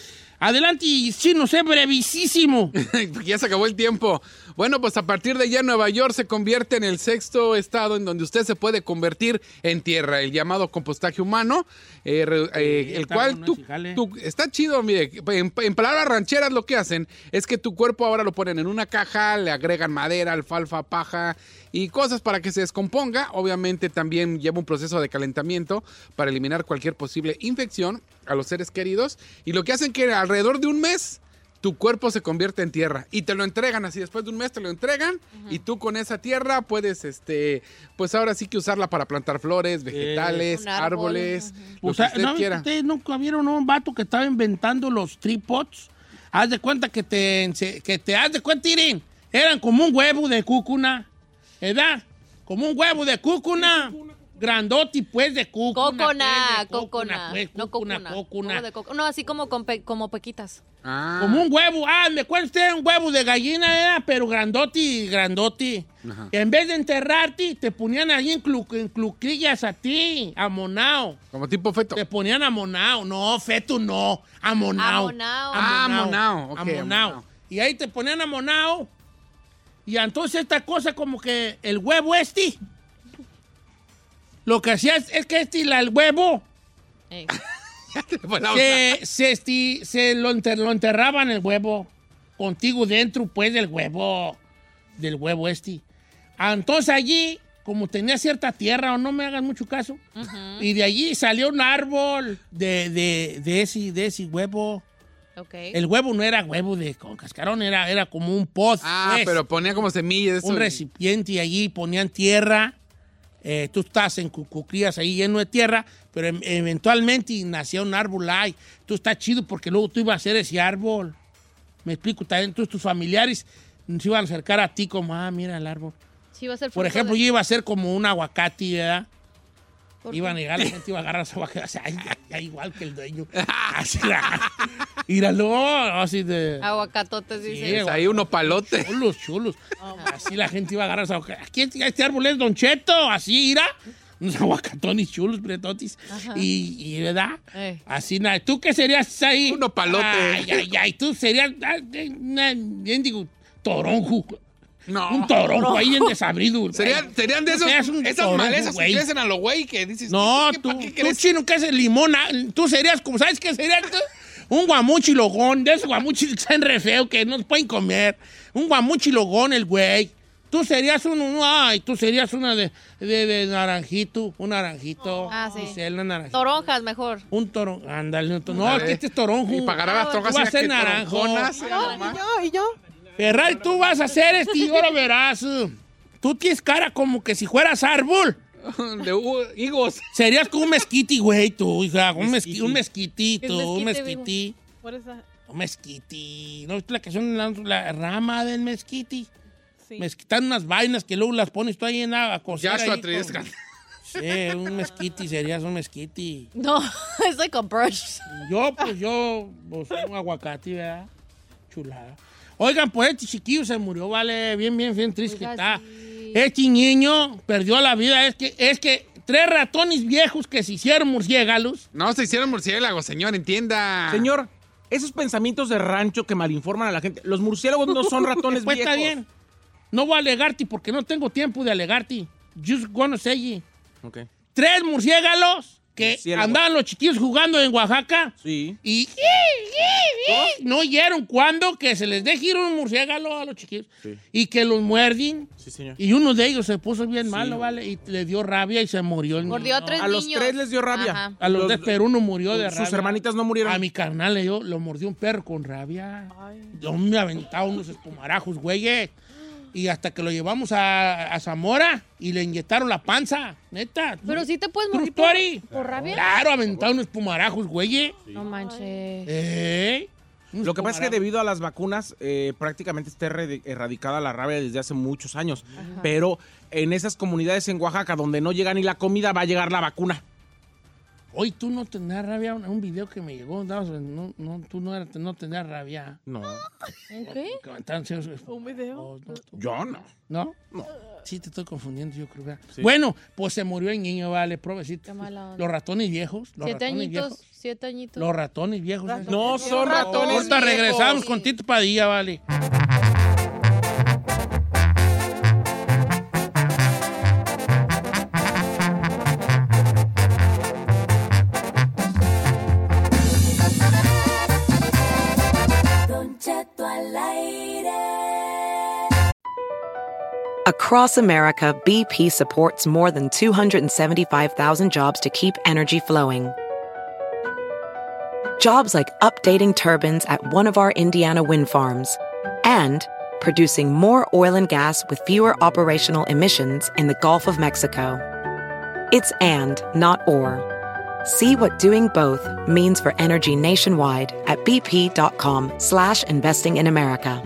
Adelante, Chino, sé brevísimo. Porque ya se acabó el tiempo. Bueno, pues a partir de ya Nueva York se convierte en el sexto estado en donde usted se puede convertir en tierra, el llamado compostaje humano, eh, re- eh, Sí, el está cual bueno tú, ese jale. tú- está chido, mire, en, en palabras rancheras lo que hacen es que tu cuerpo ahora lo ponen en una caja, le agregan madera, alfalfa, paja y cosas para que se descomponga. Obviamente también lleva un proceso de calentamiento para eliminar cualquier posible infección a los seres queridos, y lo que hacen que alrededor de un mes tu cuerpo se convierte en tierra y te lo entregan así. Después de un mes te lo entregan y tú con esa tierra puedes, este, pues ahora sí que usarla para plantar flores, vegetales, Un árbol. árboles, lo O sea, que usted ¿no, quiera. ustedes nunca vieron a un vato que estaba inventando los tripods? Haz de cuenta que te, ense- que te haz de cuenta, Irín, eran como un huevo de cúcuna, ¿verdad? Como un huevo de cúcuna. Grandote, pues, de cúcuna. Cocona, pues, de cocona. pues, No cúcuna, cocuna. cúcuna. Huevo de coco- No, así como, con pe- como pequitas. Ah. Como un huevo. Ah, me cuenta usted un huevo de gallina, ¿eh? Pero grandote, grandote. Ajá. En vez de enterrarte, te ponían ahí en, clu, en cluquillas a ti, amonao. Como tipo feto. Te ponían amonao. No, feto no. Amonao. Amonao. Ah, amonao, ok, Amonao. amonao. Y ahí te ponían amonao. Y entonces esta cosa como que el huevo este, lo que hacía es, es que este, la- el huevo, Ey. se, se, esti- se lo, enter- lo enterraban el huevo contigo dentro, pues, del huevo, del huevo este. Entonces allí, como tenía cierta tierra, o no me hagan mucho caso, y de allí salió un árbol de, de, de, ese, de ese huevo. Ok. El huevo no era huevo de con cascarón, era, era como un pot, Ah, pues, pero ponía como semillas. eso un y- recipiente, y allí ponían tierra. Eh, tú estás en cu- cuclillas ahí lleno de tierra, pero em- eventualmente nacía un árbol ahí. Tú estás chido porque luego tú ibas a ser ese árbol. Me explico, también tú, tus familiares se iban a acercar a ti como, ah, mira el árbol. Sí, va a ser Por fruto ejemplo, de- yo iba a ser como un aguacate, ¿verdad? ¿Por Iban a qué? llegar, la gente iba a agarrar los aguacates, o sea, ay, ay, ay, igual que el dueño. Así la... Míralo, así de... Aguacatotes, Sí, dice. Pues ahí uno palote. Chulos, chulos. Así la gente iba a agarrar. Aquí este, este árbol es Don Cheto, así irá. Unos aguacatones chulos, pretotis. Y, y, ¿verdad? Eh. Así nada. ¿Tú qué serías ahí? Uno palote. Ay, ay, ay. Tú serías, ah, de- una- bien digo, toronjo. No. Un toronjo ahí en desabrido. güey. Serían, serían de Tú esos, serías un esas toronjo, malezas que güey. crecen a lo güey que dices. No, ¿qué- tú, para qué tú crees? chino, ¿qué es el limón? Ah, Tú serías, como sabes qué serías tú? Un guamuchilogón, de esos guamuchis que están re feo que no se pueden comer. Un guamuchilogón, el güey. Tú serías un, un- ay, tú serías una de, de, de naranjito, un naranjito. Ah, sí. Gisela, un naranjito. Toronjas, mejor. Un toronjo, ándale. un to- No, Ándale. que este es toronjo. Y para agarrar las Ah, troncas. tú vas a mira ser qué naranjo. toronjonas, ¿Y mira yo? nomás. ¿Y yo? ¿Y yo? Ferrari, tú vas a hacer este y ahora verás. Tú tienes cara como que si fueras árbol. De hu- higos. Serías como un mezquiti, güey, tú, hija. Un, mezqui, un ¿Qué mezquitito, es un mezquite, mezquití. What is that? Un mezquiti. ¿No viste la canción, la, la rama del mezquiti? Sí. Mezquitan unas vainas que luego las pones tú ahí en la a cocer. Joshua ahí Treyes con- canta. Sí, un mezquiti, serías un mezquiti. No, es like a brush. Yo, pues yo, pues un aguacate, ¿verdad? Chulada. Oigan, pues este chiquillo se murió, vale, bien, bien, bien triste que Oiga, está. sí. Este niño perdió la vida, es que, es que tres ratones viejos que se hicieron murciélagos. No, se hicieron murciélagos, señor, entienda. Señor, esos pensamientos de rancho que malinforman a la gente, los murciélagos no son ratones Pues viejos. está bien. No voy a alegarte porque no tengo tiempo de alegarte. Just gonna say it. Ok. Tres murciélagos que Murciélagos. andaban los chiquillos jugando en Oaxaca Sí. y no oyeron cuando que se les deje ir un murciélago a los chiquillos Sí. y que los muerden. Sí, señor. Y uno de ellos se puso bien malo, ¿vale? Y le dio rabia y se murió el Mordió a niño. tres A los niños. tres les dio rabia. Ajá. A los, Los- de Perú uno murió de rabia. Sus hermanitas no murieron. A mi carnal le dio, lo mordió un perro con rabia. Yo me aventaba unos espumarajos, güey. Y hasta que lo llevamos a, a Zamora y le inyectaron la panza, neta. Pero sí te puedes True morir por, story. por rabia. Claro, aventaba unos espumarajos, güey. No manches. ¿Eh? Unos Lo que pasa es que espumarajos. debido a las vacunas eh, prácticamente está erradi- erradicada la rabia desde hace muchos años. Pero en esas comunidades en Oaxaca donde no llega ni la comida va a llegar la vacuna. Hoy tú no tenías rabia, un, un video que me llegó, andabas, no, no, tú no, era- no tenías rabia. No, ¿Qué? Que aventaban esos espumarajos, ¿Un video? ¿no? ¿Tú? yo no. ¿No? No. Sí, te estoy confundiendo, yo creo. ¿verdad? Bueno, pues se murió el niño, vale, provecito. Qué mala onda. Los ratones viejos. Los Siete ratones añitos, viejos. sí Siete añitos. Los ratones viejos. ¿eh? No son ratones. Ahorita regresamos con Tito Padilla, vale. Don Cheto al aire. Across America, B P supports more than two hundred seventy-five thousand jobs to keep energy flowing. Jobs like updating turbines at one of our Indiana wind farms and producing more oil and gas with fewer operational emissions in the Gulf of Mexico. It's and, not or. See what doing both means for energy nationwide at bp.com slash investing in America.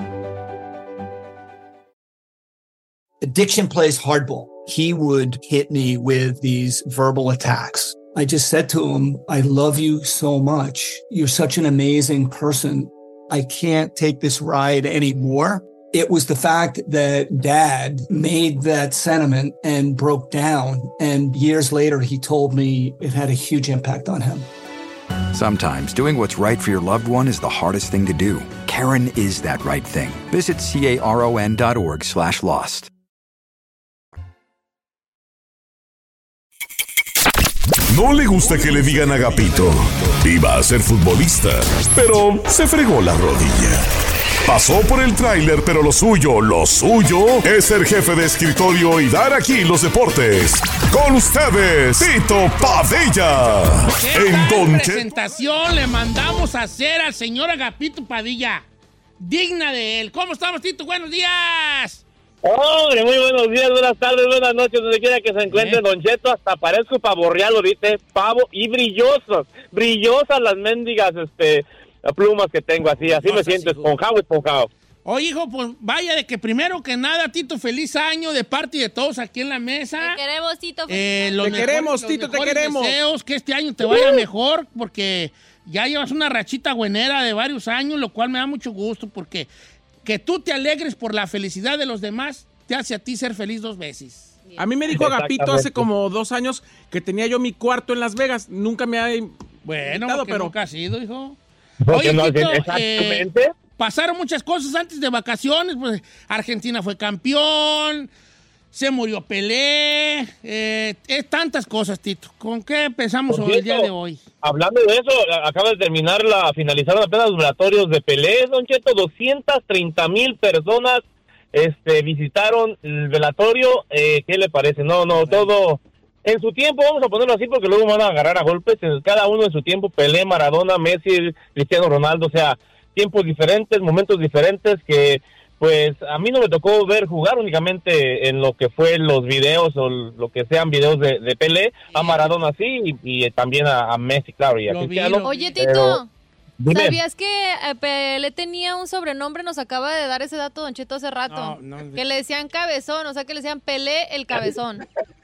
Addiction plays hardball. He would hit me with these verbal attacks. I just said to him, I love you so much. You're such an amazing person. I can't take this ride anymore. It was the fact that Dad made that sentiment and broke down. And years later, he told me it had a huge impact on him. Sometimes doing what's right for your loved one is the hardest thing to do. Karen is that right thing. Visit caron dot org slash lost. No le gusta que le digan Agapito. Iba a ser futbolista, pero se fregó la rodilla. Pasó por el tráiler, pero lo suyo, lo suyo es ser jefe de escritorio y dar aquí los deportes. Con ustedes, Tito Padilla. ¿Qué En tal Don Cheto. presentación le mandamos a hacer al señor Agapito Padilla? Digna de él. ¿Cómo estamos, Tito? Buenos días. Hombre, muy buenos días, buenas tardes, buenas noches, donde quiera que se encuentre, ¿Eh? Don Cheto. Hasta parezco pavo real ahorita, pavo, y brillosos, brillosas las mendigas este, plumas que tengo, así, así me siento, esponjado, esponjado. Oye, hijo, pues vaya de que primero que nada, Tito, feliz año de parte de todos aquí en la mesa. Te queremos, Tito. Eh, los te mejores, queremos, los Tito, te mejores queremos. Deseos, que este año te vaya mejor, porque ya llevas una rachita buenera de varios años, lo cual me da mucho gusto, porque que tú te alegres por la felicidad de los demás te hace a ti ser feliz dos veces. A mí me dijo Agapito hace como dos años que tenía yo mi cuarto en Las Vegas. Nunca me ha Bueno, invitado, porque pero nunca ha sido, hijo. Porque Oye, no, Tito, exactamente. eh, pasaron muchas cosas antes de vacaciones. Pues Argentina fue campeón, se murió Pelé, eh, es tantas cosas, Tito. ¿Con qué empezamos Por hoy, el cierto, día de hoy? Hablando de eso, acaba de terminar la, finalizaron apenas los velatorios de Pelé, Don Cheto, doscientas treinta mil personas este, visitaron el velatorio. Eh, ¿Qué le parece? No, no, todo en su tiempo, vamos a ponerlo así porque luego van a agarrar a golpes, cada uno en su tiempo, Pelé, Maradona, Messi, Cristiano Ronaldo, o sea, tiempos diferentes, momentos diferentes que pues a mí no me tocó ver jugar, únicamente en lo que fue los videos o lo que sean videos de, de Pelé, a Maradona sí, y, y también a, a Messi, claro, y a Cristiano. Oye, Tito, pero, dime. ¿sabías que eh, Pelé tenía un sobrenombre? Nos acaba de dar ese dato Don Cheto hace rato. No, no. Que le decían cabezón, o sea que le decían Pelé el cabezón.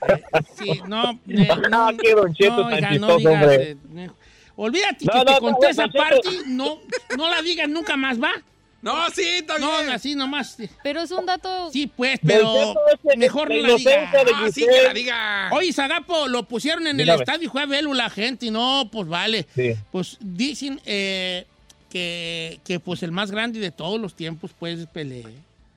Sí, no, eh, no, Ah, qué Don Cheto no, tan hija, chistoso, no digas, hombre. eh, eh, olvídate No, que no, te no, conté Don esa Cheto. parte, no, no la digas nunca más, ¿va? No, sí, está No, bien. así nomás. Pero es un dato... Sí, pues, Don pero Cheto, es que mejor la no la digas. inocencia de Ah, sí, Giselle. que la diga. Oye, Zagapo, lo pusieron en el Dígame. estadio y fue a verlo la gente y no, pues vale. Sí. Pues dicen eh, que, que pues el más grande de todos los tiempos pues es Pelé.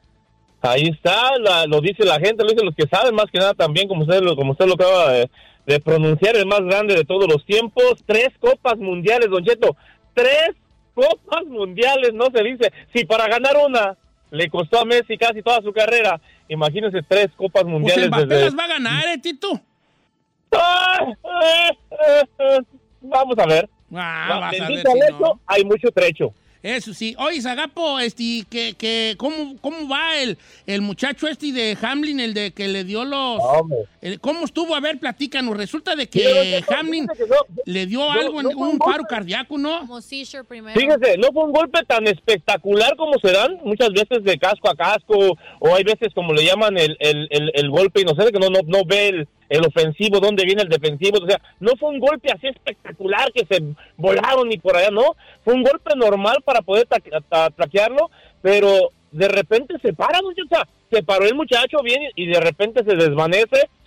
Ahí está, la- lo dice la gente, lo dicen los que saben, más que nada también, como usted lo, como usted lo acaba de, de pronunciar, el más grande de todos los tiempos. Tres copas mundiales, Don Cheto, tres copas mundiales, no se dice. Si para ganar una le costó a Messi casi toda su carrera, imagínense tres copas Pues mundiales el Mbappé desde... las va a ganar, ¿eh, Tito? ¡Ah! Eh, eh, eh. Vamos a ver. Ah, vas a ver Bendito si al hecho, no. hay mucho trecho. Eso sí. Oye, Zagapo, este, que, que, ¿cómo, ¿cómo va el, el muchacho este de Hamlin, el de que le dio los... Hombre. el- ¿Cómo estuvo? A ver, platícanos. Resulta de Sí, Don que Cheto, Hamlin fíjate que no- le dio no- algo, en no fue un un paro golpe. cardíaco, ¿no? Como seizure primero. Fíjese, no fue un golpe tan espectacular como se dan muchas veces de casco a casco, o hay veces como le llaman el, el, el, el golpe inocente, que no, no, no ve el, el ofensivo, dónde viene el defensivo. O sea, no fue un golpe así espectacular que se volaron ni por allá, no. Fue un golpe normal para poder ta- ta- traquearlo, pero de repente se para, ¿no? O sea, se paró el muchacho bien y de repente se desvanece.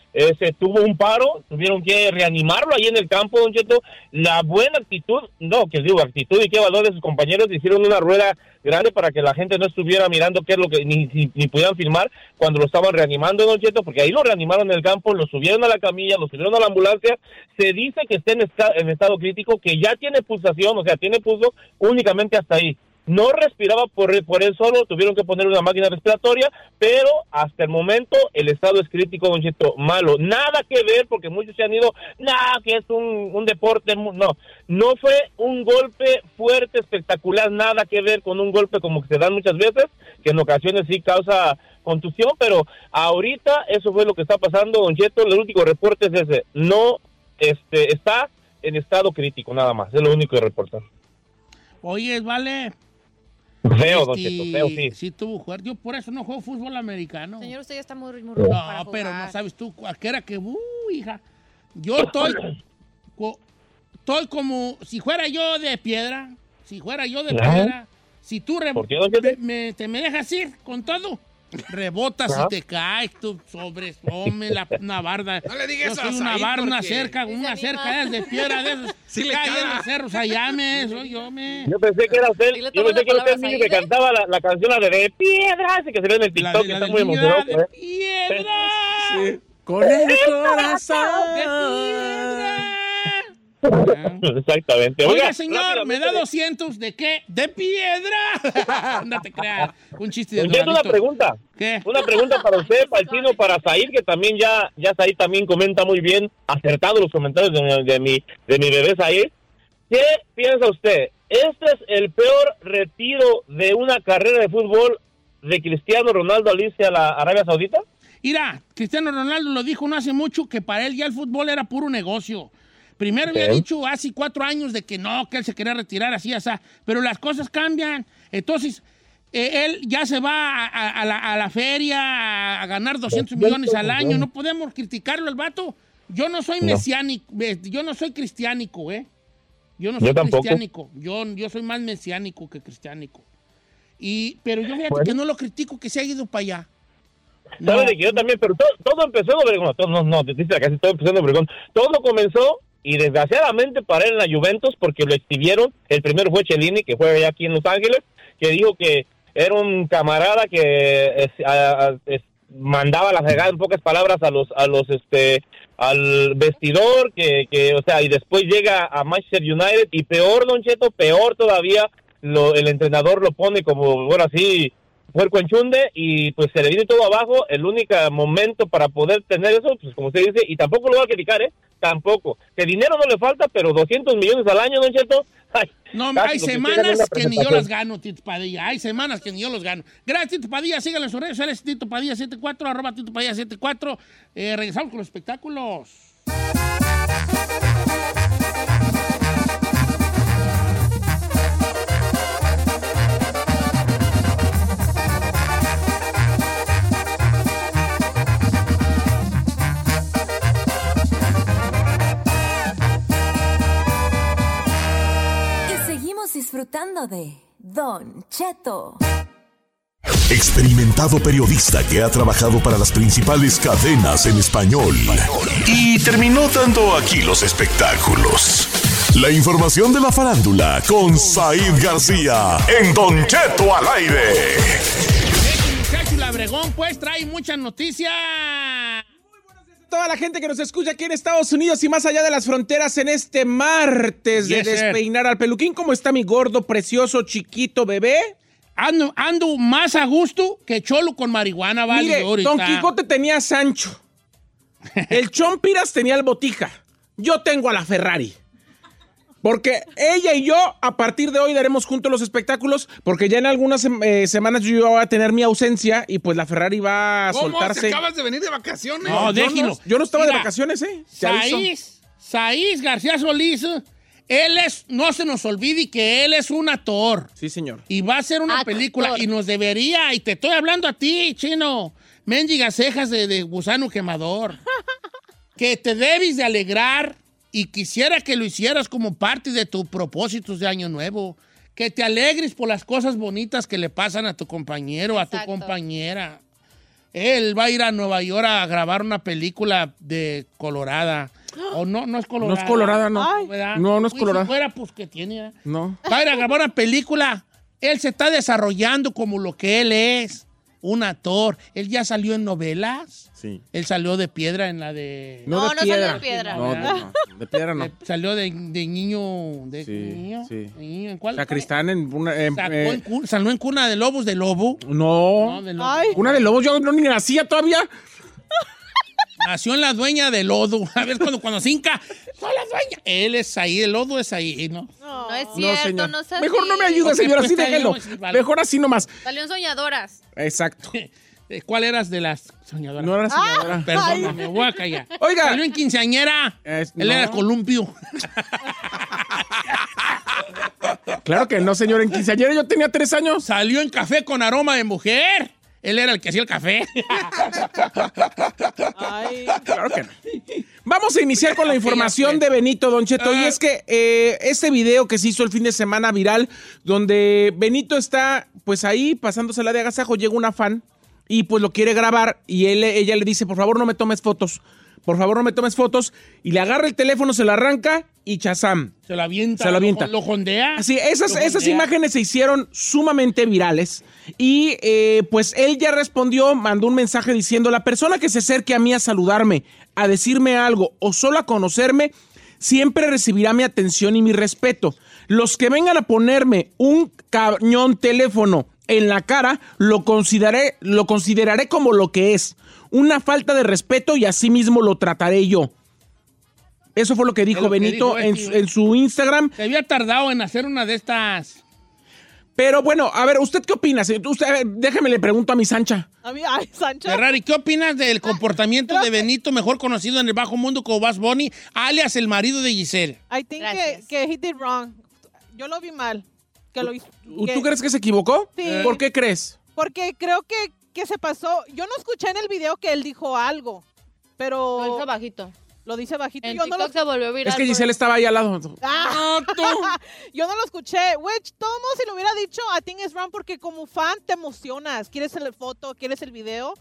eh, se tuvo un paro, tuvieron que reanimarlo ahí en el campo, Don Cheto. La buena actitud, no, que digo, actitud y qué valor de sus compañeros, hicieron una rueda grande para que la gente no estuviera mirando qué es lo que, ni, ni, ni pudieran filmar cuando lo estaban reanimando, Don Cheto, porque ahí lo reanimaron en el campo, lo subieron a la camilla, lo subieron a la ambulancia. Se dice que está en, esta, en estado crítico, que ya tiene pulsación, o sea, tiene pulso únicamente hasta ahí. No respiraba por, por él solo, tuvieron que poner una máquina respiratoria, pero hasta el momento el estado es crítico, Don Cheto, malo. Nada que ver, porque muchos se han ido, nada, que es un, un deporte, no. No fue un golpe fuerte, espectacular, nada que ver con un golpe como que se dan muchas veces, que en ocasiones sí causa contusión, pero ahorita eso fue lo que está pasando, Don Cheto. El único reporte es ese, no este, está en estado crítico, nada más, es lo único que reportan. Oye, vale... Feo, Don Cheto, feo, sí. Sí, tuvo jugar. Yo por eso no juego fútbol americano. Señor, usted ya está muy, muy No, para pero jugar. no sabes tú, cualquiera que... Uh, hija. Yo estoy... co- estoy como... Si fuera yo de piedra, si fuera yo de Ajá. piedra, si tú re- ¿Por qué, Don Cheto? me, me- te me dejas ir con todo, rebotas Ajá. y te caes, tú sobres, ponme la, una barda. No le digas Yo eso soy a una Said, barda, una porque- cerca, una Dice cerca anima. es de piedra, de esos. Sí le Cae en cala. los cerros, allá me, soy yo, me. Yo pensé que era usted, ¿Y le yo toman pensé que era las usted el niño que palabras ahí, eh? cantaba la, la canción la de, de piedra, ese que se ve en el La TikTok, de, que la está del muy niño emocionado. de ¿eh? piedra. Con el ¡De corazón. piedra! Exactamente. Oiga, señor, rápidamente, me da doscientos. ¿De qué? ¡De piedra! No te creas. Un chiste de Don Cheto, una Doradito. pregunta. ¿Qué? Una pregunta para usted, para el chino, para Said, que también ya, ya Said también comenta muy bien, acertado los comentarios de, mi- de mi, de mi bebé Said. ¿Qué piensa usted? ¿Este es el peor retiro de una carrera de fútbol de Cristiano Ronaldo al irse a la Arabia Saudita? Mira, Cristiano Ronaldo lo dijo no hace mucho que para él ya el fútbol era puro negocio. Primero había Ok. dicho hace cuatro años de que no, que él se quería retirar así, así, pero las cosas cambian. Entonces, eh, él ya se va a, a- a la, a la feria a ganar doscientos millones al año. No podemos criticarlo al vato. Yo no soy No. mesiánico, eh, yo no soy cristiánico, ¿eh? Yo no Yo soy tampoco. cristiánico. Yo, yo soy más mesiánico que cristiánico. Y, pero yo fíjate Bueno. que no lo critico que se ha ido para allá. ¿Sabes de que yo también? Pero todo, todo empezó en Obregón. No, todo, no, no, te dice casi todo empezó en Obregón. Todo comenzó, y desgraciadamente para él en la Juventus, porque lo exhibieron. El primero fue Cellini, que juega ya aquí en Los Ángeles, que dijo que era un camarada que es, a- a- es- mandaba la fregada en pocas palabras a los, a los, este, al vestidor, que, que, o sea, y después llega a Manchester United, y peor, Don Cheto, peor todavía, lo, el entrenador lo pone como, bueno, así, puerco enchunde, y pues se le viene todo abajo. El único momento para poder tener eso, pues como usted dice, y tampoco lo va a criticar, ¿eh? Tampoco. Que dinero no le falta, pero doscientos millones al año, Don Cheto. Ay, No, casi hay lo que semanas quieren es la que ni yo presentación. las gano, Tito Padilla. Hay semanas que ni yo los gano. Gracias, Tito Padilla. Síganlo en sus redes sociales, Tito Padilla setenta y cuatro, arroba Tito Padilla setenta y cuatro. Eh, regresamos con los espectáculos. Y seguimos disfrutando de Don Cheto. Experimentado periodista que ha trabajado para las principales cadenas en español y terminó dando aquí los espectáculos. La información de la farándula con Said García en Don Cheto al aire. Este muchacho Labregón, pues, trae muchas noticias. Toda la gente que nos escucha aquí en Estados Unidos y más allá de las fronteras en este martes de Yes, sir. despeinar al peluquín. ¿Cómo está mi gordo, precioso, chiquito bebé? Ando, ando más a gusto que Cholo con marihuana, vale. Mire, ahorita. Don Quijote tenía a Sancho. El Chompiras tenía al Botija. Yo tengo a la Ferrari. Porque ella y yo, a partir de hoy, daremos juntos los espectáculos, porque ya en algunas eh, semanas yo voy a tener mi ausencia y pues la Ferrari va a ¿Cómo? soltarse. ¿Se acabas de venir de vacaciones? No, yo déjelo. no- yo no estaba de Mira, vacaciones, ¿eh? Te aviso. Saís, Saís García Solís, él es, no se nos olvide que él es un actor. Sí, señor. Y va a hacer una Actor. película y nos debería, y te estoy hablando a ti, chino, mendigas cejas de, de gusano quemador, que te debes de alegrar y quisiera que lo hicieras como parte de tus propósitos de Año Nuevo, que te alegres por las cosas bonitas que le pasan a tu compañero, a tu Exacto. compañera. Él va a ir a Nueva York a grabar una película de Colorada. O no, no es Colorada. No es Colorada, no. Ay. ¿Verdad? No, no es Uy, Colorada. Si fuera, pues, ¿qué tiene? ¿eh? No. Va a ir a grabar una película. Él se está desarrollando como lo que él es. Un actor. Él ya salió en novelas. Sí. Él salió de Piedra en la de... No, no, no salió de Piedra. No, no, de Piedra no. De- salió de, de niño... De Sí, niño, sí. de niño, ¿en cuál? Sacristán en una... en- Sacó eh, en cu- salió en Cuna de Lobos de Lobo. no. No, de Lobo. Ay. Una de Lobos, yo no ni nacía todavía. Nació en la dueña de lodo. A ver, cuando, cuando se hinca, soy la dueña. Él es ahí, el lodo es ahí, ¿no? No es No, cierto, señor. no, seas Mejor no me así. ayuda, Ok, señor, pues así está déjelo. bien, sí, vale. Mejor así nomás. Salió en Soñadoras. Exacto. Eh, ¿Cuál eras de las soñadoras? No era señora. Perdón, me voy a callar. Oiga. Salió en quinceañera. Es- Él no. era columpio. Claro que no, señor. En quinceañera yo tenía tres años. Salió en Café con Aroma de Mujer. Él era el que hacía el café. Ay. Claro que no. Vamos a iniciar con la información de Benito, Don Cheto. Y es que eh, este video que se hizo el fin de semana viral, donde Benito está pues ahí pasándosela de agasajo, llega una fan y pues lo quiere grabar y él, ella le dice, por favor no me tomes fotos. Por favor, no me tomes fotos. Y le agarra el teléfono, se lo arranca y chazam. Se lo avienta. Se lo avienta. Lo, lo jondea. Así, esas, Lo esas jondea. imágenes se hicieron sumamente virales. Y eh, pues él ya respondió, mandó un mensaje diciendo, la persona que se acerque a mí a saludarme, a decirme algo o solo a conocerme, siempre recibirá mi atención y mi respeto. Los que vengan a ponerme un cañón teléfono en la cara, lo consideraré, lo consideraré como lo que es, una falta de respeto y así mismo lo trataré yo. Eso fue lo que dijo Es lo que Benito dijo en, Eti. su- en su Instagram. Se había tardado en hacer una de estas. Pero bueno, a ver, ¿usted qué opina? Usted, a ver, déjeme le pregunto a mi Sancha. A mí, ay, Sancho. Ferrari, ¿qué opinas del comportamiento de Benito, mejor conocido en el bajo mundo como Bad Bunny, alias el marido de Giselle? I think que, Gracias. que he did wrong. Yo lo vi mal. Que lo hizo. ¿Tú que- crees que se equivocó? Sí. ¿Por qué crees? Porque creo que, que se pasó. Yo no escuché en el video que él dijo algo. Pero. Lo hizo bajito. Lo dice bajito. En Yo no, TikTok lo, se volvió viral. Es que por- Giselle estaba ahí al lado. Ah, yo no lo escuché. Which, todo el mundo si lo hubiera dicho, I think it's wrong porque como fan te emocionas. Quieres la foto, quieres el video.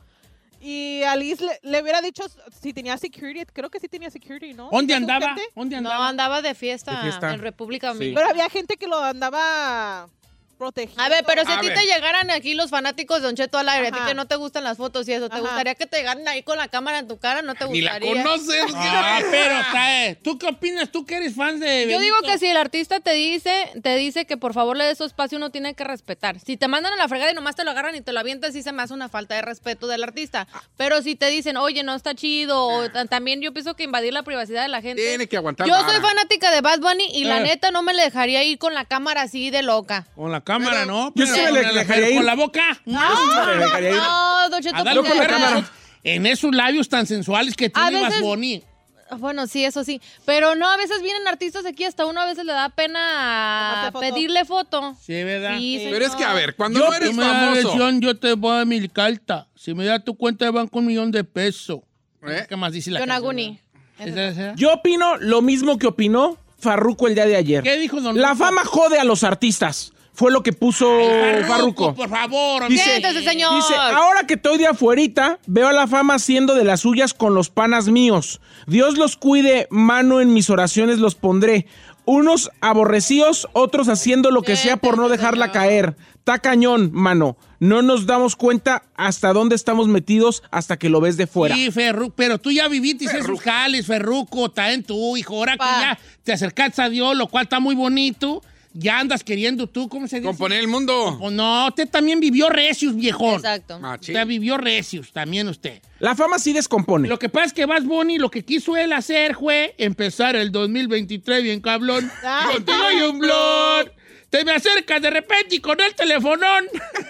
Y a Liz le, le hubiera dicho si tenía security. Creo que sí tenía security, ¿no? ¿Dónde ¿Tenía su andaba? gente? ¿Dónde No, andaba? andaba de fiesta, De fiesta. en República Sí. Dominicana. Pero había gente que lo andaba protegiendo. A ver, pero si a, A ti ver. te llegaran aquí los fanáticos de Don Cheto al aire, a ti Ajá. que no te gustan las fotos y eso, ¿te Ajá. gustaría que te llegaran ahí con la cámara en tu cara? ¿No te Ni la gustaría? conoces. Ah, pero, ¿sabes? ¿Tú qué opinas? ¿Tú que eres fan de Benito? Yo digo que si el artista te dice, te dice que por favor le des su espacio, uno tiene que respetar. Si te mandan a la fregada y nomás te lo agarran y te lo avientan, sí se me hace una falta de respeto del artista. Pero si te dicen, oye, no está chido, o ta- también yo pienso que invadir la privacidad de la gente. Tiene que aguantar Yo vara. soy fanática de Bad Bunny y la Eh. neta no me le dejaría ir con la cámara así de loca. Con la cámara, ¿no? Yo Pero sí me con le la- dejaría pero ir. con la boca. Me dejaría ir. No, Don Cheto, A darle porque- con la cámara. En esos labios tan sensuales que A tiene Bad veces- Bunny. Bueno, sí, eso sí. Pero no, a veces vienen artistas aquí, hasta uno a veces le da pena Tomarte foto. pedirle foto. Sí, ¿verdad? Sí, Pero es que, a ver, cuando Yo, no eres tú me das famoso. lesión, yo te voy a dar mi carta. Si me das tu cuenta de banco un millón de pesos. ¿Eh? ¿Qué más dice la Yonaguni. canción? ¿Esa- esa? Yo opino lo mismo que opinó Farruko el día de ayer. ¿Qué dijo don La Luco? fama jode a los artistas. Fue lo que puso Farruko, Farruko. por favor. Dice, Siéntese, señor. dice, ahora que estoy de afuerita, veo a la fama haciendo de las suyas con los panas míos. Dios los cuide, mano en mis oraciones los pondré. Unos aborrecidos, otros haciendo lo que sea por no dejarla señor. caer. Está cañón, mano. No nos damos cuenta hasta dónde estamos metidos hasta que lo ves de fuera. Sí, Ferruco, pero tú ya viviste esos jales, Ferruco, también tú, hijo. Ahora Pa. que ya te acercaste a Dios, lo cual está muy bonito, ya andas queriendo tú, ¿cómo se dice? Componer el mundo. Pues no, usted también vivió recios, viejón. Exacto. Machín. Usted vivió recios, también usted. La fama sí descompone. Lo que pasa es que Bad Bunny lo que quiso él hacer fue empezar el dos mil veintitrés bien cablón. Ay. Contigo y un blog. Te me acercas de repente y con el telefonón.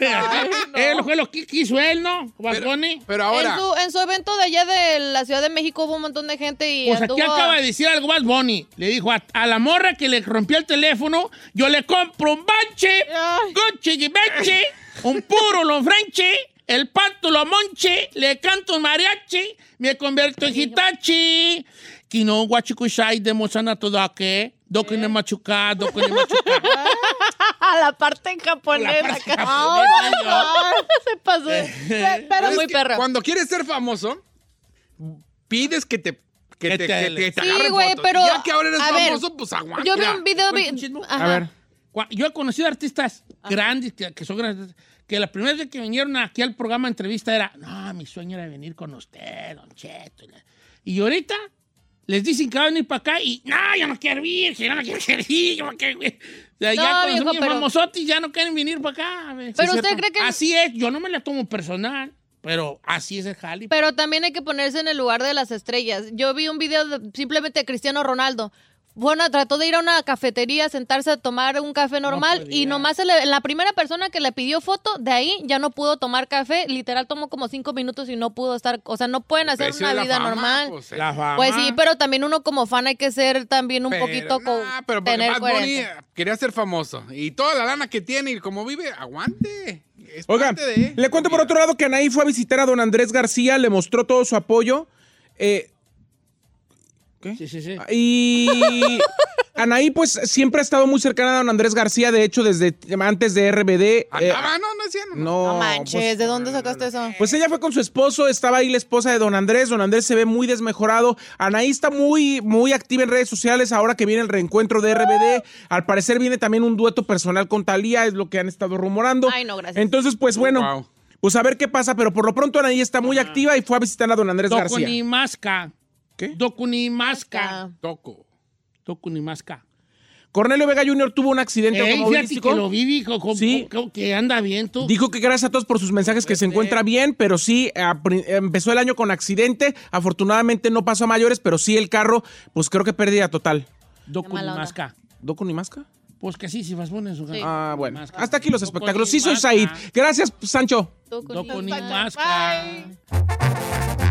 Él fue lo que quiso él, ¿no? Bad Pero, Bunny. pero ahora, En su, en su evento de allá de la Ciudad de México hubo un montón de gente y Pues aquí anduvo- acaba de decir algo Bad Bunny. Le dijo a, a la morra que le rompió el teléfono, yo le compro un banche, Ay. coche y benche, un puro lo frenche, el pato lo monche, le canto un mariachi, me convierto en hitachi. Kino guachicushai de mozana todo que Doku ne machuca, doku ne machuca. La parte en japonés. La parte acá. japonesa, Oh, se pasó. Eh. Pero Es muy que perro. Cuando quieres ser famoso, pides que te, que Que te, te- que te, te Sí, agarren güey, fotos. pero, Ya que ahora eres a ver, famoso, pues aguanta. Yo vi Mira, un video. cuento un vi- chisme. Ajá. A ver. Cua- Yo he conocido artistas grandes, que, que son grandes, que la primera vez que vinieron aquí al programa de entrevista era, no, mi sueño era venir con usted, Don Cheto. Y ahorita les dicen que van a venir para acá y, no, yo no quiero ir, yo no quiero ir, yo no quiero ir. O sea, No, ya cuando viejo, son bien pero- famosotes ya no quieren venir para acá. güey. Pero Sí, usted cierto. cree que- Así es, yo no me la tomo personal, pero así es el jali. Pero también hay que ponerse en el lugar de las estrellas. Yo vi un video de, simplemente de Cristiano Ronaldo. Bueno, trató de ir a una cafetería, sentarse a tomar un café normal y nomás se le- la primera persona que le pidió foto, de ahí ya no pudo tomar café. Literal tomó como cinco minutos y no pudo estar, o sea, no pueden hacer Precio una de la vida fama, normal. pues, eh. La fama. Pues sí, pero también uno como fan hay que ser también un Pero, poquito co- nah, pero porque tener Bad Bunny coherencia. quería ser famoso. Y toda la lana que tiene y como vive, aguante. Es Oigan, parte de- le cuento por otro lado que Anaí fue a visitar a don Andrés García, le mostró todo su apoyo. Eh, Sí, sí, sí. y Anaí, pues, siempre ha estado muy cercana a don Andrés García, de hecho, desde antes de R B D. eh, Andaba, no, no decían. no, No manches, pues, ¿de dónde sacaste eso? Pues ella fue con su esposo, estaba ahí la esposa de don Andrés, don Andrés se ve muy desmejorado, Anaí está muy, muy activa en redes sociales ahora que viene el reencuentro de R B D, al parecer viene también un dueto personal con Thalía, es lo que han estado rumorando. Ay, no, gracias. Entonces, pues bueno, Wow. pues a ver qué pasa, pero por lo pronto Anaí está muy activa y fue a visitar a don Andrés García. Dokunimaska. ¿Qué? Dokunimaska. Toco. Dokunimaska. Cornelio Vega junior tuvo un accidente Ey, fíjate automovilístico. que lo vi, dijo, como- Sí. como que anda bien tú. Dijo que gracias a todos por sus mensajes que se encuentra bien, pero sí, a pri- empezó el año con accidente. Afortunadamente no pasó a mayores, pero sí el carro, pues creo que pérdida total. Dokunimaska. ¿Doco ni masca? Pues que sí, si vas pones su Sí. Ah, bueno. Masca. Hasta aquí los Dokunimaska. espectáculos. Sí, soy Said. Gracias, Sancho. Dokunimaska. Bye.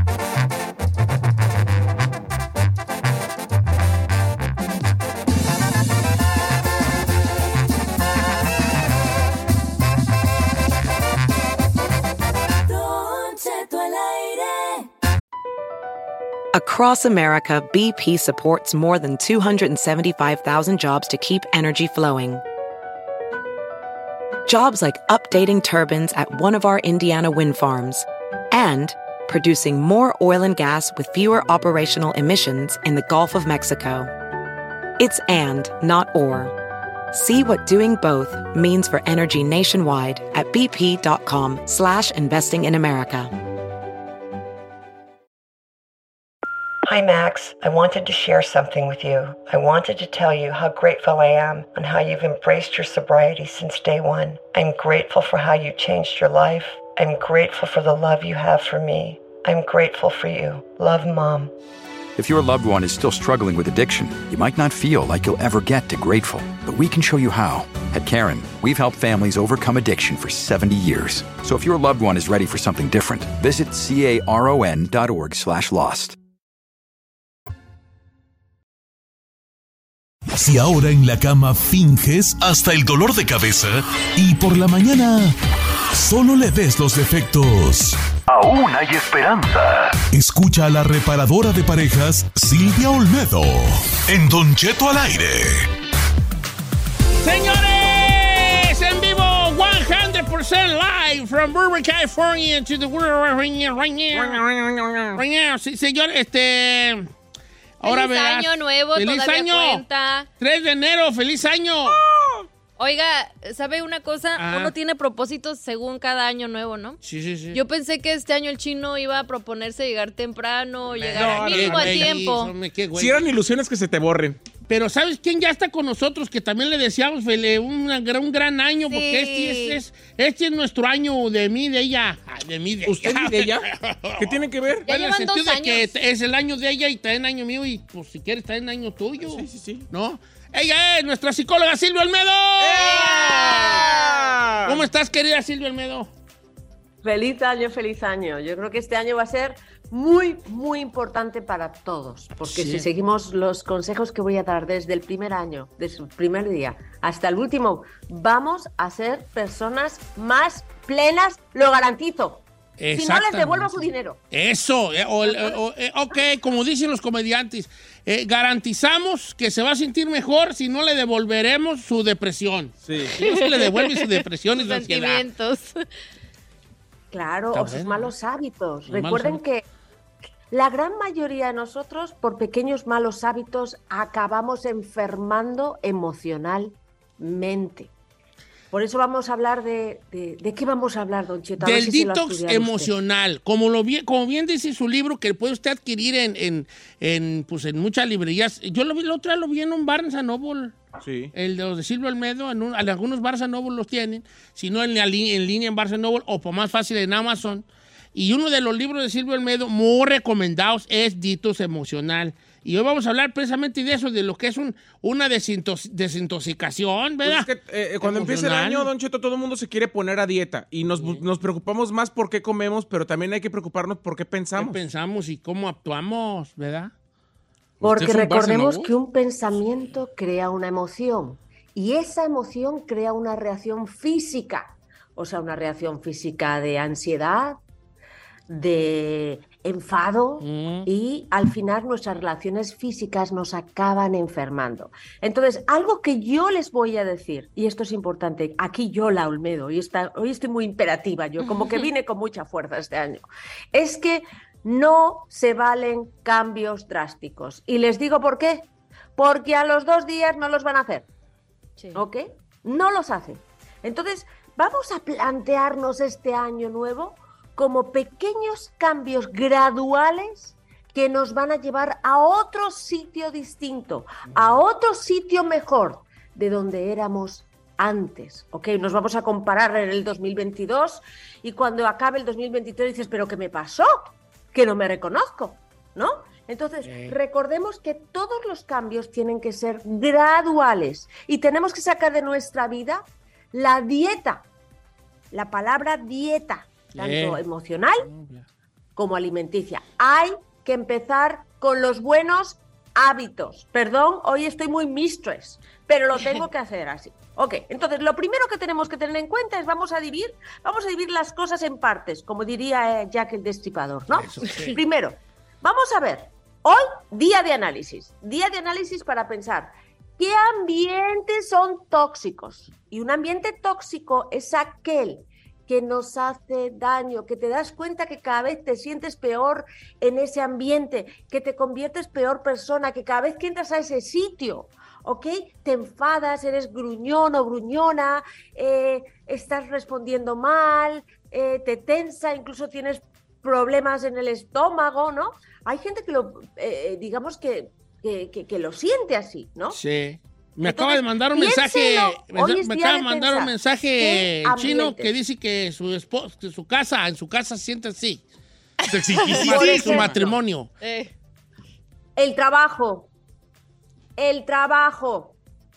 Don Cheto al aire. Across America, B P supports more than two hundred seventy-five thousand jobs to keep energy flowing. Jobs like updating turbines at one of our Indiana wind farms and producing more oil and gas with fewer operational emissions in the Gulf of Mexico. It's and, not or. See what doing both means for energy nationwide at bp.com slash investing in America. Hi, Max. I wanted to share something with you. I wanted to tell you how grateful I am and how you've embraced your sobriety since day one. I'm grateful for how you changed your life. I'm grateful for the love you have for me. I'm grateful for you. Love, Mom. If your loved one is still struggling with addiction, you might not feel like you'll ever get to grateful, but we can show you how. At Karen, we've helped families overcome addiction for seventy years. So if your loved one is ready for something different, visit caron.org slash lost. Si ahora en la cama finges hasta el dolor de cabeza y por la mañana solo le ves los defectos. Aún hay esperanza. Escucha a la reparadora de parejas Silvia Olmedo en Don Cheto al aire. Señores, en vivo, one hundred percent live from Burbank, California to the world right now, right now. Right now. Sí, señor, este... Ahora Feliz verás. año nuevo, ¡Feliz todavía año! cuenta. tres de enero, ¡feliz año! Oiga, ¿sabe una cosa? Ah. Uno tiene propósitos según cada año nuevo, ¿no? Sí, sí, sí. Yo pensé que este año el chino iba a proponerse llegar temprano, llegar No, mínimo no, a no, tiempo. no, qué güey. Si eran ilusiones que se te borren. Pero ¿sabes quién ya está con nosotros? Que también le deseamos fele, una gran- un gran año, porque Sí. este es, es- este es nuestro año de mí, de ella. Ah, de mí, de ¿Usted y de ella? ¿Qué tiene que ver? Ya Bueno, en el llevan dos sentido de que años. t- es el año de ella y también año mío y pues si quieres también año tuyo. Sí, sí, sí. ¿No? Ella es nuestra psicóloga Silvia Olmedo. ¡Ea! ¿Cómo estás, querida Silvia Olmedo? Feliz año, feliz año. Yo creo que este año va a ser muy, muy importante para todos, porque Sí. si seguimos los consejos que voy a dar desde el primer año, desde el primer día hasta el último, vamos a ser personas más plenas, lo garantizo. Si no, les Exactamente. devuelvo su dinero. Eso, eh, o el- o- eh, ok, como dicen los comediantes, eh, garantizamos que se va a sentir mejor si no le devolveremos su depresión. Sí. No se le devuelve su depresión y Sus su ansiedad. sentimientos. Claro, Está o sus bueno. malos hábitos. Los malos Recuerden hábitos. que la gran mayoría de nosotros, por pequeños malos hábitos, acabamos enfermando emocionalmente. Por eso vamos a hablar de... ¿De, de qué vamos a hablar, Don Cheto? A ver Del si se lo ha detox estudiado usted. emocional, como, lo bien, como bien dice su libro, que puede usted adquirir en, en, en, pues en muchas librerías. Yo lo vi, el otro día lo vi en un Barnes and Noble, Sí. el de los de Silvio Almedo, en, un- en algunos Barnes and Noble los tienen, si no en, la li- en línea en Barnes and Noble, o por más fácil en Amazon. Y uno de los libros de Silvio Almedo muy recomendados es Detox Emocional. Y hoy vamos a hablar precisamente de eso, de lo que es un, una desintos- desintoxicación, Pues ¿verdad? es que, eh, cuando empieza el Emocional. año, Don Cheto, todo el mundo se quiere poner a dieta y nos, nos preocupamos más por qué comemos, pero también hay que preocuparnos por qué ¿Qué pensamos. pensamos y cómo actuamos, verdad? Porque ¿Usted es un recordemos Barcelona? que un pensamiento crea una emoción y esa emoción crea una reacción física, o sea, una reacción física de ansiedad, de enfado Mm. y al final nuestras relaciones físicas nos acaban enfermando. Entonces, algo que yo les voy a decir, y esto es importante, aquí yo la Olmedo, hoy, está, hoy estoy muy imperativa, yo como que vine con mucha fuerza este año, es que no se valen cambios drásticos. Y les digo por qué. Porque a los dos días no los van a hacer. Sí. ¿Ok? No los hacen. Entonces, vamos a plantearnos este año nuevo como pequeños cambios graduales que nos van a llevar a otro sitio distinto, a otro sitio mejor de donde éramos antes, ¿ok? Nos vamos a comparar en el dos mil veintidós y cuando acabe el dos mil veintitrés dices, ¿pero qué me pasó? Que no me reconozco, ¿no? Entonces, Sí. recordemos que todos los cambios tienen que ser graduales y tenemos que sacar de nuestra vida la dieta, la palabra dieta, tanto Sí. emocional como alimenticia. Hay que empezar con los buenos hábitos. Perdón, hoy estoy muy mistress, pero lo tengo que hacer así. Ok, entonces lo primero que tenemos que tener en cuenta es vamos a dividir, vamos a dividir las cosas en partes, como diría eh, Jack el Destripador, ¿no? Eso, sí. Primero, vamos a ver, hoy día de análisis, día de análisis para pensar qué ambientes son tóxicos. Y un ambiente tóxico es aquel que nos hace daño, que te das cuenta que cada vez te sientes peor en ese ambiente, que te conviertes peor persona, que cada vez que entras a ese sitio, ¿ok? Te enfadas, eres gruñón o gruñona, eh, estás respondiendo mal, eh, te tensa, incluso tienes problemas en el estómago, ¿no? Hay gente que lo, eh, digamos que, que, que, que lo siente así, ¿no? Sí. Me Entonces, acaba de mandar un mensaje, piénselo. me, Hoy es me día acaba de de mandar un pensar. mensaje ¿Qué el chino ambientes? que dice que su esposo, que su casa, en su casa se siente así. Por Su ejemplo. matrimonio. Eh, El trabajo. El trabajo.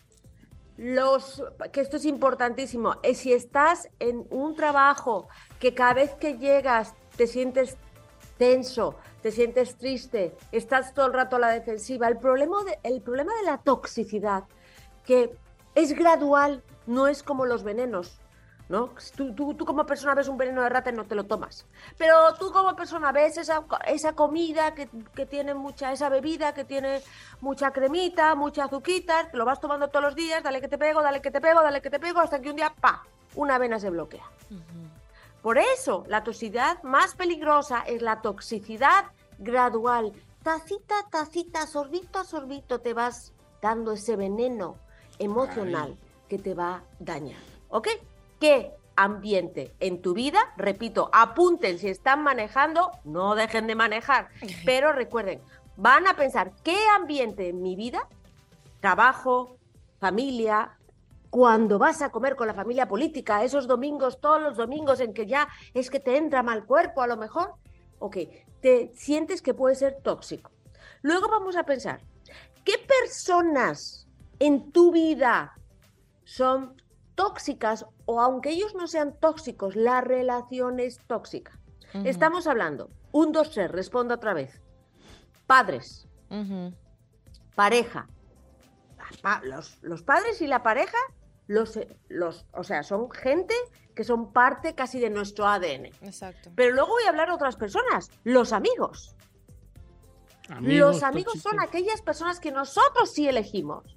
Los, que esto es importantísimo. Es si estás en un trabajo que cada vez que llegas te sientes tenso, te sientes triste, estás todo el rato a la defensiva. El problema de, el problema de la toxicidad, que es gradual, no es como los venenos, ¿no? Tú, tú, tú como persona ves un veneno de rata y no te lo tomas. Pero tú como persona ves esa, esa comida que, que tiene mucha, esa bebida que tiene mucha cremita, mucha azuquita, lo vas tomando todos los días, dale que te pego, dale que te pego, dale que te pego, hasta que un día, ¡pa!, una vena se bloquea. Por eso, la toxicidad más peligrosa es la toxicidad gradual. Tacita a tacita, sorbito a sorbito, te vas dando ese veneno emocional que te va a dañar. ¿Ok? ¿Qué ambiente en tu vida? Repito, apunten si están manejando, no dejen de manejar. Pero recuerden, van a pensar, ¿qué ambiente en mi vida? Trabajo, familia, cuando vas a comer con la familia política, esos domingos, todos los domingos en que ya es que te entra mal cuerpo a lo mejor, ok, te sientes que puede ser tóxico. Luego vamos a pensar, ¿qué personas en tu vida son tóxicas o aunque ellos no sean tóxicos, la relación es tóxica? Ujú. Estamos hablando, un, dos, tres, respondo otra vez. Padres, ujú. pareja. Pa- Los, los padres y la pareja, los, los, o sea, son gente que son parte casi de nuestro A D N. Exacto. Pero luego voy a hablar de otras personas, los amigos. Amigos, los amigos tóxicos. son aquellas personas que nosotros sí elegimos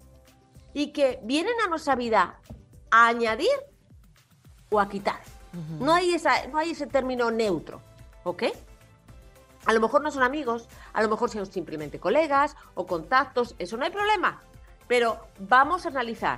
y que vienen a nuestra vida a añadir o a quitar. Uh-huh. No hay esa, no hay ese término neutro, ¿ok? A lo mejor no son amigos, a lo mejor son simplemente colegas o contactos, eso no hay problema. Pero vamos a analizar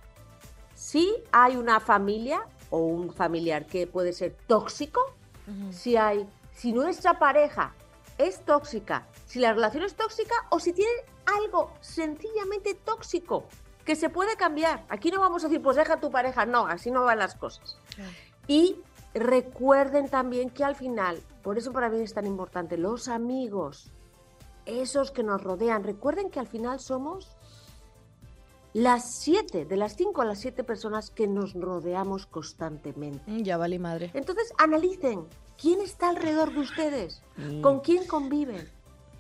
si hay una familia o un familiar que puede ser tóxico, uh-huh. si hay, si nuestra pareja es tóxica, si la relación es tóxica o si tiene algo sencillamente tóxico que se puede cambiar. Aquí no vamos a decir, pues deja a tu pareja, no, así no van las cosas. Uh-huh. Y recuerden también que al final, por eso para mí es tan importante, los amigos, esos que nos rodean, recuerden que al final somos las siete, de las cinco a las siete personas que nos rodeamos constantemente. Ya vale madre. Entonces analicen, ¿quién está alrededor de ustedes? Mm. ¿Con quién conviven?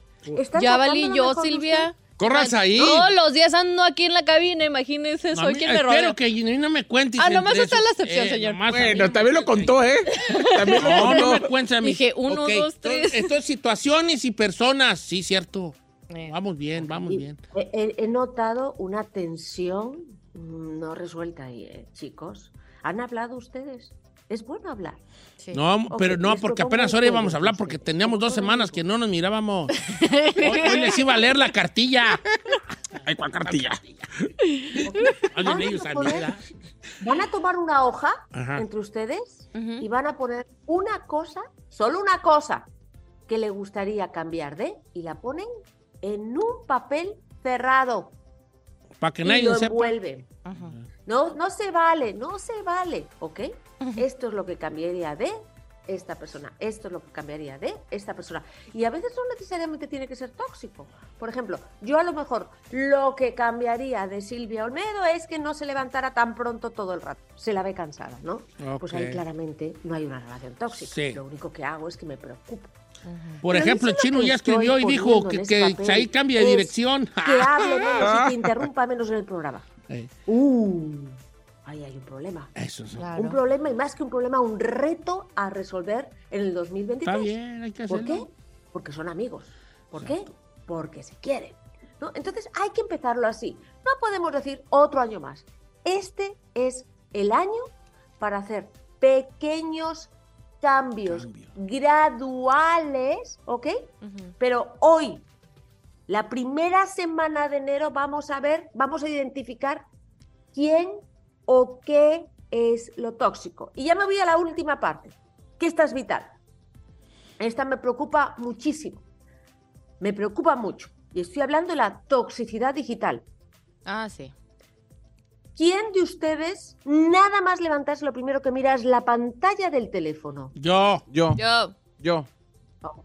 Ya valí yo, Silvia. ¡Corras ahí! Todos los días ando aquí en la cabina, imagínense, soy no, quien me rodea. Espero que no me cuentes. Ah, nomás está la excepción, eh, señor. Bueno, también lo contó, ¿eh? También lo no, contó. no me cuentes a mí. Dije uno, okay. dos, tres. Entonces, situaciones y personas, sí, cierto. Eh. Vamos bien, vamos y bien. He, he notado una tensión no resuelta ahí, eh, chicos. ¿Han hablado ustedes? Es bueno hablar. Sí. No, okay, pero no, porque apenas ahora íbamos a hablar, porque teníamos dos semanas que no nos mirábamos. Hoy, hoy les iba a leer la cartilla. Ay, ¿cuál cartilla? Okay. ¿Van, ellos a poner, van a tomar una hoja Ajá. entre ustedes uh-huh. y van a poner una cosa, solo una cosa, que le gustaría cambiar de, y la ponen en un papel cerrado. Para que nadie lo sepa. envuelven. Uh-huh. No, no se vale, no se vale, ¿ok? Uh-huh. Esto es lo que cambiaría de esta persona, esto es lo que cambiaría de esta persona. Y a veces no necesariamente tiene que ser tóxico. Por ejemplo, yo a lo mejor lo que cambiaría de Silvia Olmedo es que no se levantara tan pronto todo el rato. Se la ve cansada, ¿no? Okay. Pues ahí claramente no hay una relación tóxica. Sí. Lo único que hago es que me preocupo. Uh-huh. Por Pero ejemplo, el chino ya escribió y dijo que, que, que ahí cambia de dirección. Que hable menos y que interrumpa menos en el programa. Hey. Uh, ahí hay un problema. Eso es claro. Un problema, y más que un problema, un reto a resolver en el dos mil veintitrés. Está bien, hay que hacerlo. ¿Por qué? Porque son amigos. ¿Por Exacto. qué? Porque se quieren, ¿no? Entonces hay que empezarlo así. No podemos decir otro año más. Este es el año para hacer pequeños cambios Cambio. graduales, ¿ok? Uh-huh. Pero hoy, la primera semana de enero, vamos a ver, vamos a identificar quién o qué es lo tóxico. Y ya me voy a la última parte, que esta es vital. Esta me preocupa muchísimo. Me preocupa mucho. Y estoy hablando de la toxicidad digital. Ah, sí. ¿Quién de ustedes, nada más levantarse, lo primero que mira es la pantalla del teléfono? Yo. Yo. Yo. Yo. Oh.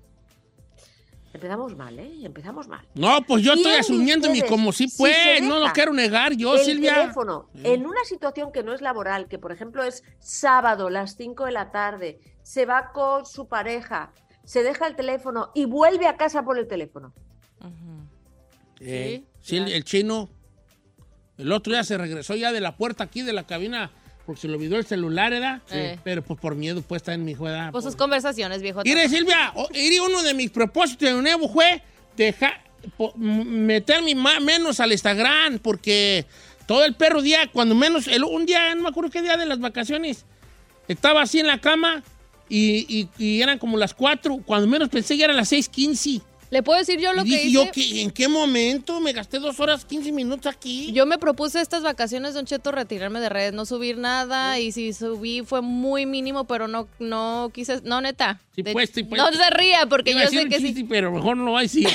Empezamos mal, ¿eh? Empezamos mal. No, pues yo estoy asumiéndome como si pues, si no lo quiero negar, yo, el Silvia. El teléfono, sí. En una situación que no es laboral, que por ejemplo es sábado, las cinco de la tarde, se va con su pareja, se deja el teléfono y vuelve a casa por el teléfono. Uh-huh. Eh, sí, el, el chino, el otro día se regresó ya de la puerta aquí de la cabina porque se le olvidó el celular, ¿verdad? Sí. Pero pues por miedo pues está en mi juega. Pues sus conversaciones, viejo. Mire, Silvia, uno de mis propósitos de nuevo fue dejar, meterme más, menos al Instagram, porque todo el perro día, cuando menos, el, un día, no me acuerdo qué día de las vacaciones, estaba así en la cama y, y, y eran como las cuatro, cuando menos pensé que eran las seis quince. ¿Le puedo decir yo lo y que dije hice? yo, que, ¿en qué momento me gasté dos horas, quince minutos aquí? Yo me propuse estas vacaciones, Don Cheto, retirarme de redes, no subir nada, y si subí fue muy mínimo, pero no, no quise, no, neta. Sí, de, pues, sí, pues. No se ría, porque Iba yo sé que chiste, sí. Pero mejor no lo va a decir.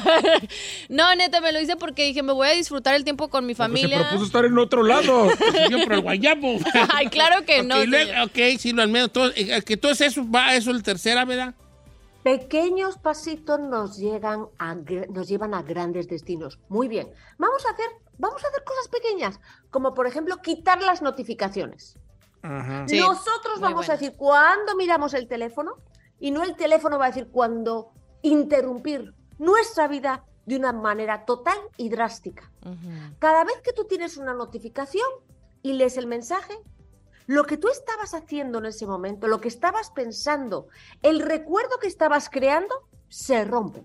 No, neta, me lo hice porque dije, me voy a disfrutar el tiempo con mi porque familia. Se propuso estar en otro lado. Yo por el guayabo. Ay, claro que okay, no. Luego, ok, sí, lo al menos, todo, que todo eso va, eso el tercera, ¿verdad? Pequeños pasitos nos llegan a, nos llevan a grandes destinos. Muy bien. Vamos a hacer, vamos a hacer cosas pequeñas, como por ejemplo quitar las notificaciones. Ajá. Sí, Nosotros vamos bueno. a decir cuándo miramos el teléfono y no el teléfono va a decir cuándo interrumpir nuestra vida de una manera total y drástica. Uh-huh. Cada vez que tú tienes una notificación, y lees el mensaje, lo que tú estabas haciendo en ese momento, lo que estabas pensando, el recuerdo que estabas creando, se rompe.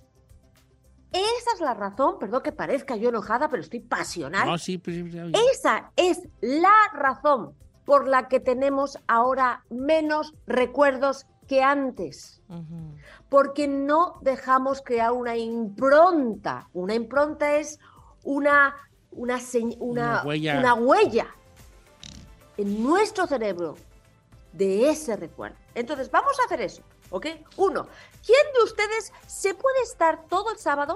Esa es la razón, perdón que parezca yo enojada, pero estoy pasional. No, sí, pues, sí, sí. Esa es la razón por la que tenemos ahora menos recuerdos que antes. Uh-huh. Porque no dejamos crear una impronta. Una impronta es una, una, señ- una, una, huella. una huella en nuestro cerebro de ese recuerdo. Entonces, vamos a hacer eso, ¿ok? Uno, ¿quién de ustedes se puede estar todo el sábado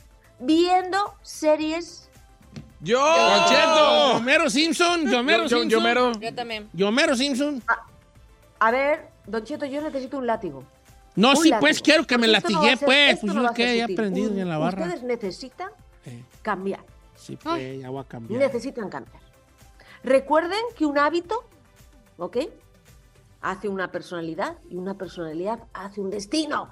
viendo series? ¡Yo! ¡Don Cheto! ¡Homero Simpson! ¡Homero yo, Simpson! Yo, Mero. Yo también. ¡Homero Simpson! A, a ver, Don Cheto, yo necesito un látigo. No, un sí, látigo. pues quiero que me Porque latigué, no pues. esto Pues no yo va que a he ser aprendido un, en la barra. Ustedes necesitan eh. cambiar. Sí, pues, ya voy a cambiar. Necesitan cambiar. Recuerden que un hábito, ¿ok?, hace una personalidad y una personalidad hace un destino.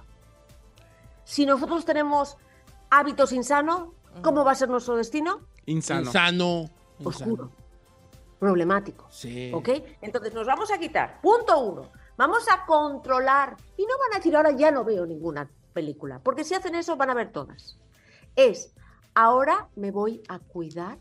Si nosotros tenemos hábitos insanos, ¿cómo va a ser nuestro destino? Insano. Insano. Oscuro. Insano. Problemático. Sí. ¿Ok? Entonces nos vamos a quitar. Punto uno. Vamos a controlar. Y no van a decir, ahora ya no veo ninguna película. Porque si hacen eso, van a ver todas. Es, ahora me voy a cuidar.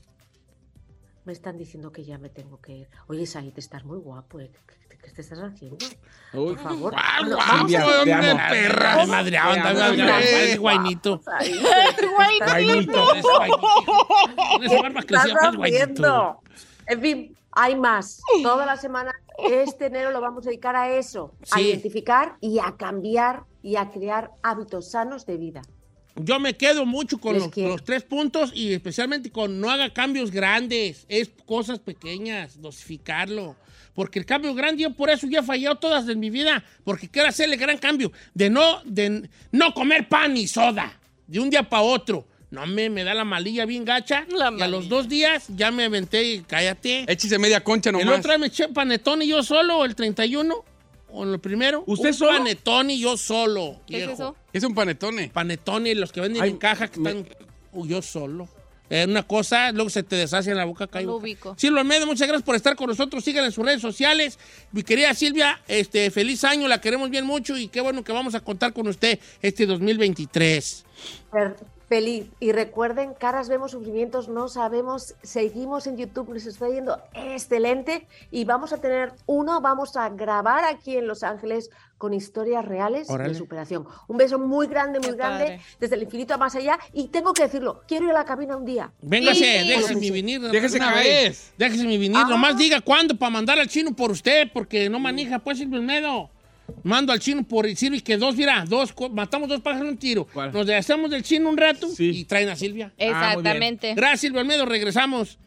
Me están diciendo que ya me tengo que ir. Oye, Said, estás muy guapo. ¿eh? ¿Qué, qué te estás haciendo? Uy, por favor. ¡Guau, Bueno, guau! vamos a- ¡Qué te amo. perra! ¡Qué madre! ¡Anda, anda! ¡Es guainito! Said, ¡Guainito! ¡Es guainito! Con esa barba ¿qué estás crecida, es guainito. haciendo? En fin, hay más. Toda la semana, este enero lo vamos a dedicar a eso. A Sí. identificar y a cambiar y a crear hábitos sanos de vida. Yo me quedo mucho con Les los, quiero. los tres puntos y especialmente con no haga cambios grandes, es cosas pequeñas, dosificarlo. Porque el cambio grande, yo por eso ya he fallado todas en mi vida, porque quiero hacer el gran cambio de no, de no comer pan ni soda de un día para otro. No me, me da la malilla bien gacha La y a malilla. los dos días ya me aventé y cállate. Échese media concha El nomás. otro día me eché panetone yo solo, el treinta y uno, o el primero. ¿Usted un solo? panetone yo solo. ¿Qué es viejo. eso? Es un panetone. Panetone, los que venden Ay, en caja que me- están uh, yo solo. Es una cosa, luego se te deshace en la boca. No lo ubico. Silvia Almeida, muchas gracias por estar con nosotros. Síganla en sus redes sociales. Mi querida Silvia, este, feliz año, la queremos bien mucho y qué bueno que vamos a contar con usted este dos mil veintitrés. Per- Feliz. Y recuerden, caras vemos, sufrimientos no sabemos. Seguimos en YouTube, les está yendo excelente. Y vamos a tener uno, vamos a grabar aquí en Los Ángeles con historias reales Órale. de superación. Un beso muy grande, muy Qué grande, padre. desde el infinito a más allá. Y tengo que decirlo, quiero ir a la cabina un día. Véngase, Sí. déjese mi venir. Déjese una caer. vez. Déjese mi venir. Ah. Nomás diga cuándo para mandar al chino por usted, porque no maneja, pues, Silvia Almeida. Mando al chino por Silvia y que dos, mira, dos, co- matamos dos pájaros en un tiro. ¿Cuál? Nos deshacemos del chino un rato Sí. y traen a Silvia. Exactamente. Gracias, Silvia Almeida. Regresamos.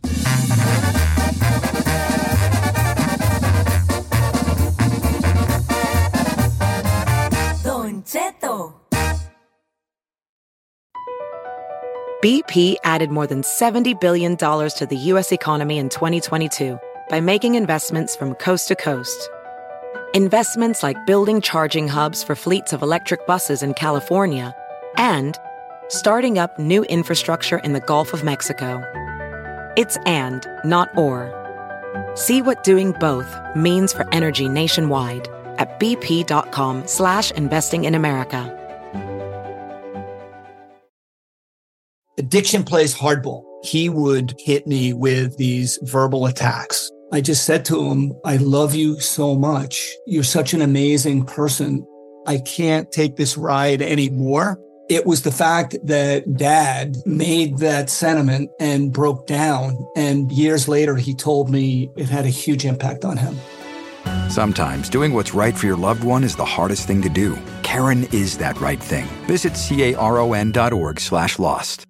Don Cheto. B P added more than seventy billion dollars to the U S economy in twenty twenty-two by making investments from coast to coast. Investments like building charging hubs for fleets of electric buses in California and starting up new infrastructure in the Gulf of Mexico. It's and, not or. See what doing both means for energy nationwide at bp.com slash investing in America. Addiction plays hardball. He would hit me with these verbal attacks. I just said to him, I love you so much. You're such an amazing person. I can't take this ride anymore. It was the fact that dad made that sentiment and broke down. And years later, he told me it had a huge impact on him. Sometimes doing what's right for your loved one is the hardest thing to do. Karen is that right thing. Visit C A R O N dot org slash lost.